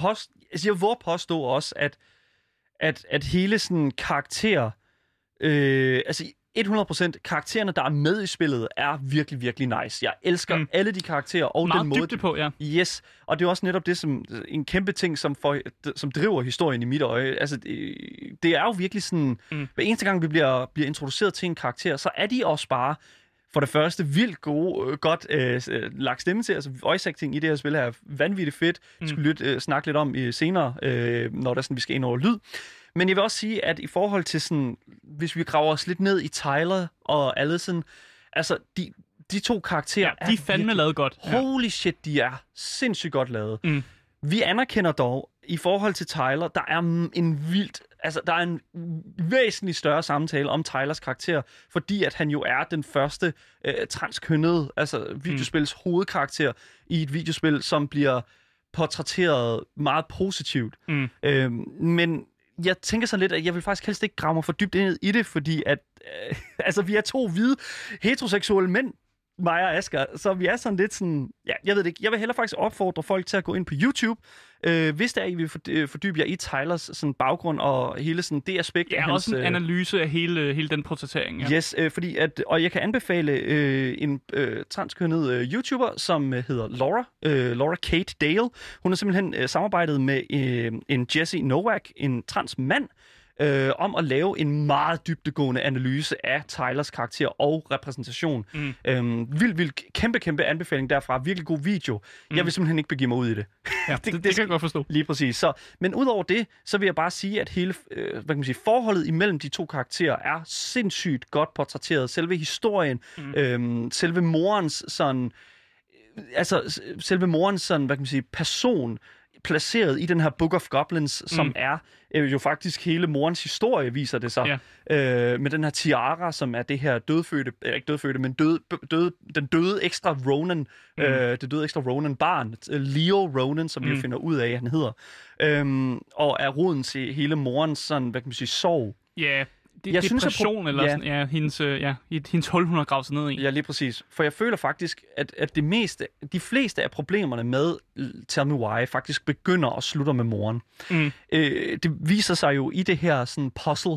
Speaker 1: påstå også, at hele sådan karakter... altså, 100% karaktererne, der er med i spillet, er virkelig, virkelig nice. Jeg elsker alle de karakterer og
Speaker 2: meget
Speaker 1: den måde...
Speaker 2: dybde på, ja.
Speaker 1: Yes, og det er også netop det, som en kæmpe ting, som driver historien i mit øje. Altså, det er jo virkelig sådan... Hver eneste gang, vi bliver introduceret til en karakter, så er de også bare... For det første, vildt godt lagt stemme til. Altså, voice acting i det her spil er vanvittigt fedt. Det skal vi snakke lidt om senere, når der sådan, vi skal ind over lyd. Men jeg vil også sige, at i forhold til sådan, hvis vi graver os lidt ned i Tyler og Allison, altså, de to karakterer
Speaker 2: de er fandme lavet godt.
Speaker 1: Holy shit, de er sindssygt godt lavet. Vi anerkender dog, i forhold til Tyler, der er en væsentlig større samtale om Tylers karakter, fordi at han jo er den første transkønnede, altså videospils hovedkarakter i et videospil, som bliver portrætteret meget positivt. Men jeg tænker sådan lidt, at jeg vil faktisk helst ikke grave mig for dybt ind i det, fordi at altså, vi er to hvide heteroseksuelle mænd, mig og Asger, så vi er sådan lidt sådan... Ja, jeg ved det ikke. Jeg vil hellere faktisk opfordre folk til at gå ind på YouTube, hvis der I vil fordybe jer i Tylers sådan baggrund og hele sådan det aspekt af hans...
Speaker 2: også en analyse af hele den portrættering. Ja.
Speaker 1: Yes, fordi at... Og jeg kan anbefale en transkønnet YouTuber, som hedder Laura Kate Dale. Hun har simpelthen samarbejdet med en Jesse Nowak, en trans mand, om at lave en meget dybdegående analyse af Tylers karakter og repræsentation. Kæmpe anbefaling derfra. Virkelig god video. Jeg vil simpelthen ikke begive mig ud i det.
Speaker 2: Ja, det kan jeg godt forstå.
Speaker 1: Lige præcis. Så, men udover det, så vil jeg bare sige, at hele forholdet imellem de to karakterer er sindssygt godt portrætteret. Selve historien, selve morens sådan... Altså, selve morens sådan, person placeret i den her Book of Goblins, som er jo faktisk hele morens historie, viser det sig. Med den her tiara, som er det her den døde ekstra Ronan, det døde ekstra Ronan-barn, Leo Ronan, som vi finder ud af, han hedder, og er roden til hele morens sådan, sorg.
Speaker 2: Ja, depression, eller sådan, hendes hul, hun har gravet sig ned i.
Speaker 1: Ja, lige præcis. For jeg føler faktisk, at de fleste af problemerne med Tell Me Why faktisk begynder og slutter med moren. Det viser sig jo i det her sådan puzzle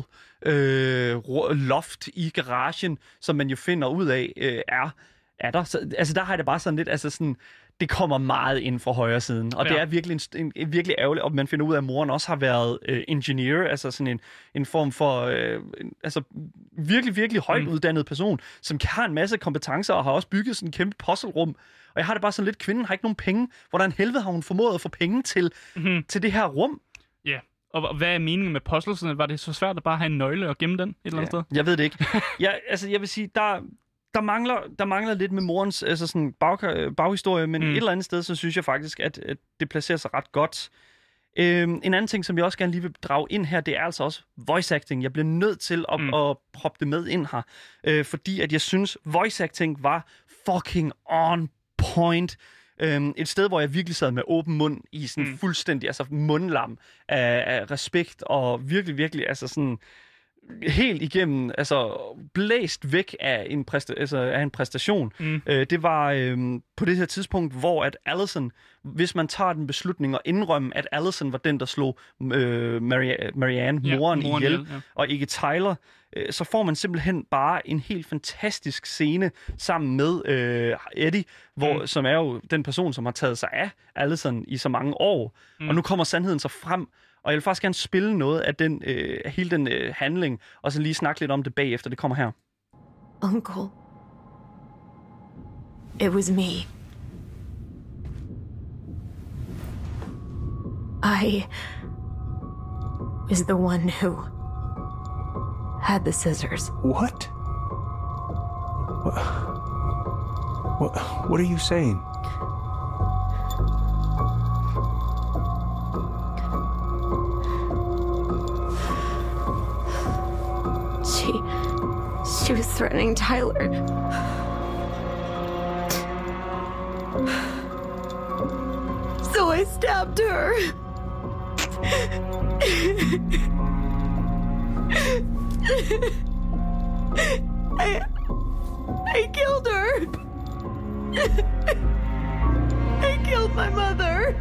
Speaker 1: loft i garagen, som man jo finder ud af, er der. Så, altså der har jeg det bare sådan lidt, altså sådan, det kommer meget ind fra højre siden, og det er virkelig en virkelig ærgerligt, og man finder ud af, at moren også har været engineer, altså sådan en form for altså virkelig højt uddannet person, som har en masse kompetencer og har også bygget sådan en kæmpe puzzlerum. Og jeg har det bare sådan lidt, kvinden har ikke nogen penge. Hvordan helvede har hun formået at få penge til det her rum?
Speaker 2: Ja. Og hvad er meningen med puzzlesene? Var det så svært at bare have en nøgle og gemme den et eller andet sted?
Speaker 1: Jeg ved det ikke. Jeg vil sige, der mangler lidt med morens altså sådan baghistorie, men et eller andet sted, så synes jeg faktisk, at det placerer sig ret godt. En anden ting, som jeg også gerne lige vil drage ind her, det er altså også voice acting. Jeg bliver nødt til at proppe det med ind her, fordi at jeg synes, voice acting var fucking on point. Et sted, hvor jeg virkelig sad med åben mund i sådan fuldstændig, altså mundlam af respekt og virkelig, altså sådan helt igennem, altså blæst væk af en præstation. Det var på det her tidspunkt, hvor at Allison, hvis man tager den beslutning at indrømme, at Allison var den, der slog Marianne, moren ihjel, og ikke Tyler, så får man simpelthen bare en helt fantastisk scene sammen med Eddie, som er jo den person, som har taget sig af Allison i så mange år. Og nu kommer sandheden så frem, og jeg vil faktisk gerne spille noget af den, hele den handling, og så lige snakke lidt om det bagefter. Det kommer her.
Speaker 6: Uncle, it was me. I was the one who had the scissors.
Speaker 7: What? What are you saying?
Speaker 6: She was threatening Tyler. So I stabbed her. I killed her. I killed my mother.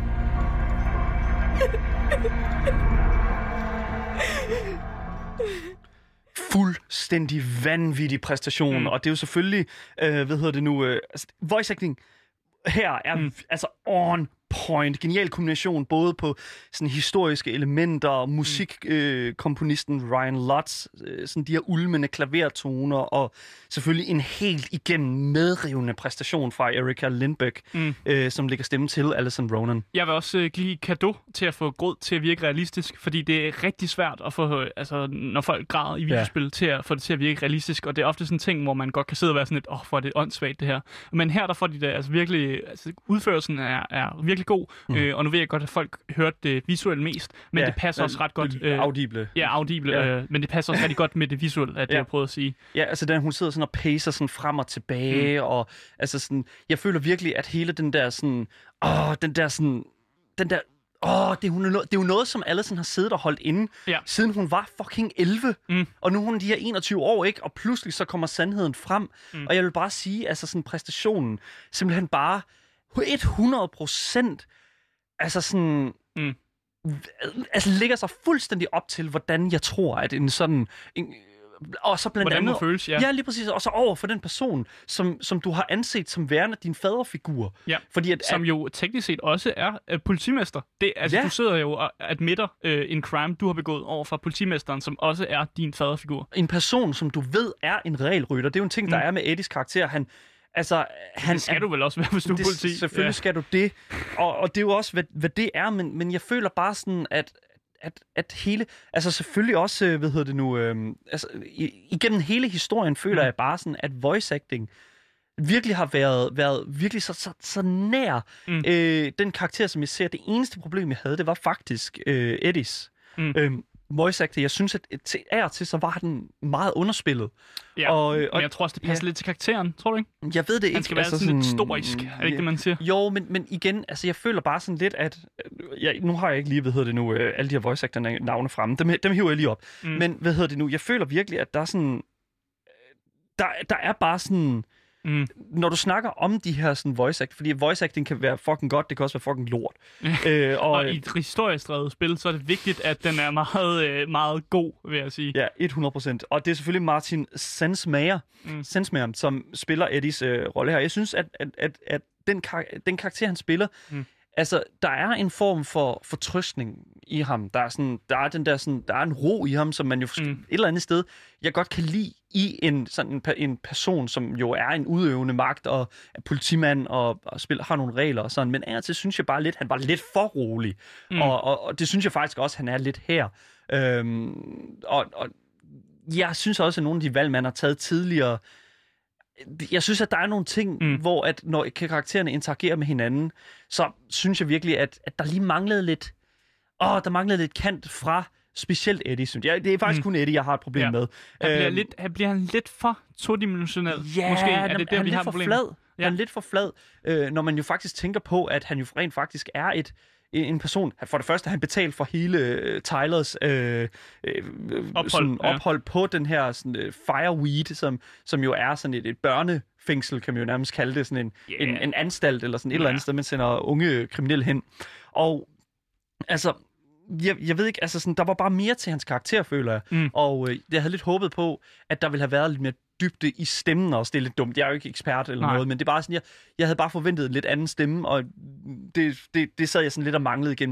Speaker 1: fuldstændig vanvittig præstation, og det er jo selvfølgelig, voice acting her er altså on point. Genial kombination, både på sådan historiske elementer, musikkomponisten Ryan Lutz, sådan de her ulmende klavertoner, og selvfølgelig en helt igennem medrivende præstation fra Erika Lindbeck, som lægger stemme til Alison Ronan.
Speaker 2: Jeg vil også give cadeau til at få gråd til at virke realistisk, fordi det er rigtig svært at få, altså når folk græder i videospil, til at få det til at virke realistisk, og det er ofte sådan en ting, hvor man godt kan sidde og være sådan lidt, hvor er det åndssvagt det her. Men her der får de det altså virkelig, altså udførelsen er virkelig god, og nu ved jeg godt, at folk hørte det visuelt mest, men det passer også ret godt.
Speaker 1: Audible.
Speaker 2: Ja, audible, men det passer også rigtig godt med det visuelle, at det jeg prøvede at sige.
Speaker 1: Ja, altså hun sidder sådan og pacer sådan frem og tilbage, og altså sådan, jeg føler virkelig, at hele den der sådan, det er jo noget, som Alison har siddet og holdt inde, siden hun var fucking 11. Og nu er hun de her 21 år, ikke? Og pludselig så kommer sandheden frem. Og jeg vil bare sige, altså sådan præstationen, simpelthen bare 100%, altså sådan, altså ligger sig fuldstændig op til, hvordan jeg tror, at en sådan... og så blandt
Speaker 2: hvordan
Speaker 1: andet,
Speaker 2: det føles,
Speaker 1: ja, lige præcis. Og så over for den person, som du har anset som værende din faderfigur.
Speaker 2: Ja,
Speaker 1: fordi
Speaker 2: som jo teknisk set også er politimester. Det, altså, du sidder jo og admitter en crime, du har begået over for politimesteren, som også er din faderfigur.
Speaker 1: En person, som du ved er en regelrytter. Det er jo en ting, der er med Eddies karakter.
Speaker 2: Det skal du vel også være, hvis du er politi.
Speaker 1: Selvfølgelig skal du det. Og det er jo også, hvad det er, men jeg føler bare sådan, at hele... Altså selvfølgelig også, igennem hele historien føler jeg bare sådan, at voice acting virkelig har været virkelig så nær den karakter, som jeg ser. Det eneste problem, jeg havde, det var faktisk Eddies voice acting. Jeg synes, at til så var den meget underspillet.
Speaker 2: Ja, men jeg tror også, det passer lidt til karakteren, tror du ikke?
Speaker 1: Jeg ved det ikke.
Speaker 2: Han skal være sådan lidt historisk, er det ikke det, man siger?
Speaker 1: Jo, men igen, altså jeg føler bare sådan lidt, at... nu har jeg ikke lige, alle de her voice actor navne fremme. Dem hiver jeg lige op. Men jeg føler virkelig, at der er sådan... Der er bare sådan... Når du snakker om de her sådan voice acting, fordi voice acting kan være fucking godt, det kan også være fucking lort.
Speaker 2: Og i et historisk-drevet spil, så er det vigtigt, at den er meget, meget god, vil jeg sige.
Speaker 1: Ja, 100%. Og det er selvfølgelig Martin Sensmayer, som spiller Eddies rolle her. Jeg synes, at den karakter, han spiller, altså, der er en form for fortrøstning i ham. Der er en ro i ham, som man jo et eller andet sted, jeg godt kan lide i en person, som jo er en udøvende magt og er politimand og har nogle regler og sådan. Men af og til synes jeg bare lidt, han var lidt for rolig. Og det synes jeg faktisk også, han er lidt her. Og jeg synes også, at nogle af de valg, man har taget tidligere, jeg synes, at der er nogle ting, hvor at når karaktererne interagerer med hinanden, så synes jeg virkelig, at der lige manglede lidt... der manglede lidt kant fra specielt Eddie, synes jeg. Det er faktisk kun Eddie, jeg har et problem med.
Speaker 2: Bliver han lidt for todimensionel?
Speaker 1: Ja,
Speaker 2: måske er det der, vi har et problem.
Speaker 1: Han er lidt for flad, når man jo faktisk tænker på, at han jo rent faktisk er en person. For det første, han betalt for hele Tylers ophold på den her Fireweed, som jo er sådan et børnefængsel, kan man jo nærmest kalde det, sådan en anstalt eller sådan et eller andet sted, man sender unge kriminelle hen. Og altså, jeg ved ikke, altså sådan, der var bare mere til hans karakter, føler jeg. Og jeg havde lidt håbet på, at der ville have været lidt mere dybde i stemmen også. Det er lidt dumt. Jeg er jo ikke ekspert eller noget, men det er bare sådan, jeg havde bare forventet en lidt anden stemme, og det sad jeg sådan lidt og manglede igen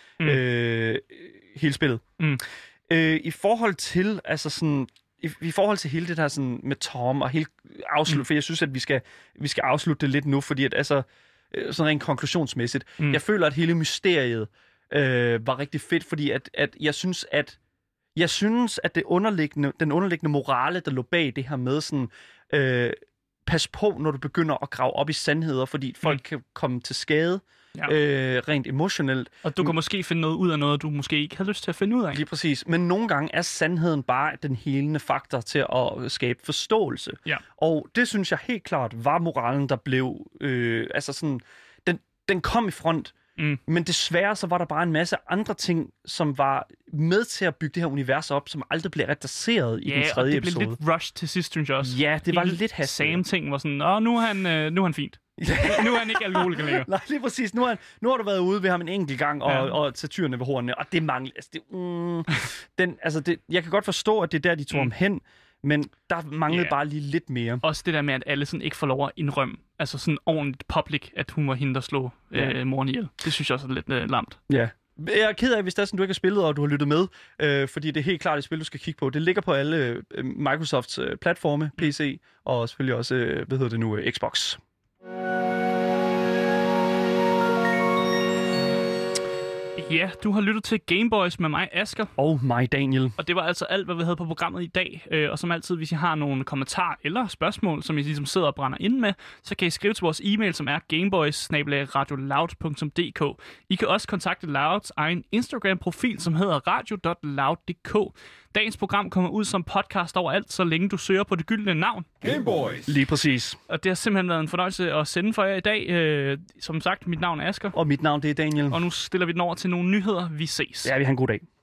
Speaker 1: hele spillet. I forhold til, altså sådan, i forhold til hele det der sådan med Tom og hele afslut, for jeg synes, at vi skal afslutte det lidt nu, fordi at altså, sådan rent konklusionsmæssigt, jeg føler, at hele mysteriet var rigtig fedt, fordi at jeg synes, at den underliggende morale, der lå bag det her med sådan, pas på, når du begynder at grave op i sandheder, fordi folk kan komme til skade, rent emotionelt.
Speaker 2: Og du kan måske finde noget ud af noget, du måske ikke havde lyst til at finde ud af.
Speaker 1: Lige præcis. Men nogle gange er sandheden bare den helende faktor til at skabe forståelse. Ja. Og det synes jeg helt klart var moralen, der blev... altså sådan... Den kom i front Men desværre så var der bare en masse andre ting, som var med til at bygge det her univers op, som aldrig blev adresseret i den tredje episode.
Speaker 2: Ja, og det blev lidt rush til sidst, synes jeg også.
Speaker 1: Ja, det var lidt hastigt.
Speaker 2: Sam-ting var sådan, nu er han fint. Nu er han ikke alkoholiker længere.
Speaker 1: Nej, lige præcis. Nu har du været ude ved ham en enkelt gang og tage tyrene ved hornene, og det mangler. Jeg kan godt forstå, at det er der, de tog ham hen, men der manglede bare lige lidt mere.
Speaker 2: Også det der med, at alle sådan ikke får lov at indrømme, altså sådan ordentligt public, at hun var hende, der slog moren ihjel. Det synes jeg også er lidt lamt.
Speaker 1: Ja. Jeg er ked af, hvis det er sådan, du ikke har spillet, og du har lyttet med, fordi det er helt klart et spil, du skal kigge på. Det ligger på alle Microsofts platforme, PC, og selvfølgelig også, Xbox.
Speaker 2: Ja, du har lyttet til Gameboys med mig, Asger.
Speaker 1: Og mig, Daniel.
Speaker 2: Og det var altså alt, hvad vi havde på programmet i dag. Og som altid, hvis I har nogle kommentarer eller spørgsmål, som I ligesom sidder og brænder ind med, så kan I skrive til vores e-mail, som er gameboys@radioloud.dk. I kan også kontakte Louds egen Instagram-profil, som hedder radio.loud.dk. Dagens program kommer ud som podcast overalt, så længe du søger på det gyldne navn.
Speaker 3: Gameboys.
Speaker 1: Lige præcis.
Speaker 2: Og det har simpelthen været en fornøjelse at sende for jer i dag. Som sagt, mit navn er Asger.
Speaker 1: Og mit navn, det er Daniel.
Speaker 2: Og nu stiller vi den over til nogle nyheder. Vi ses.
Speaker 1: Ja, vi har en god dag.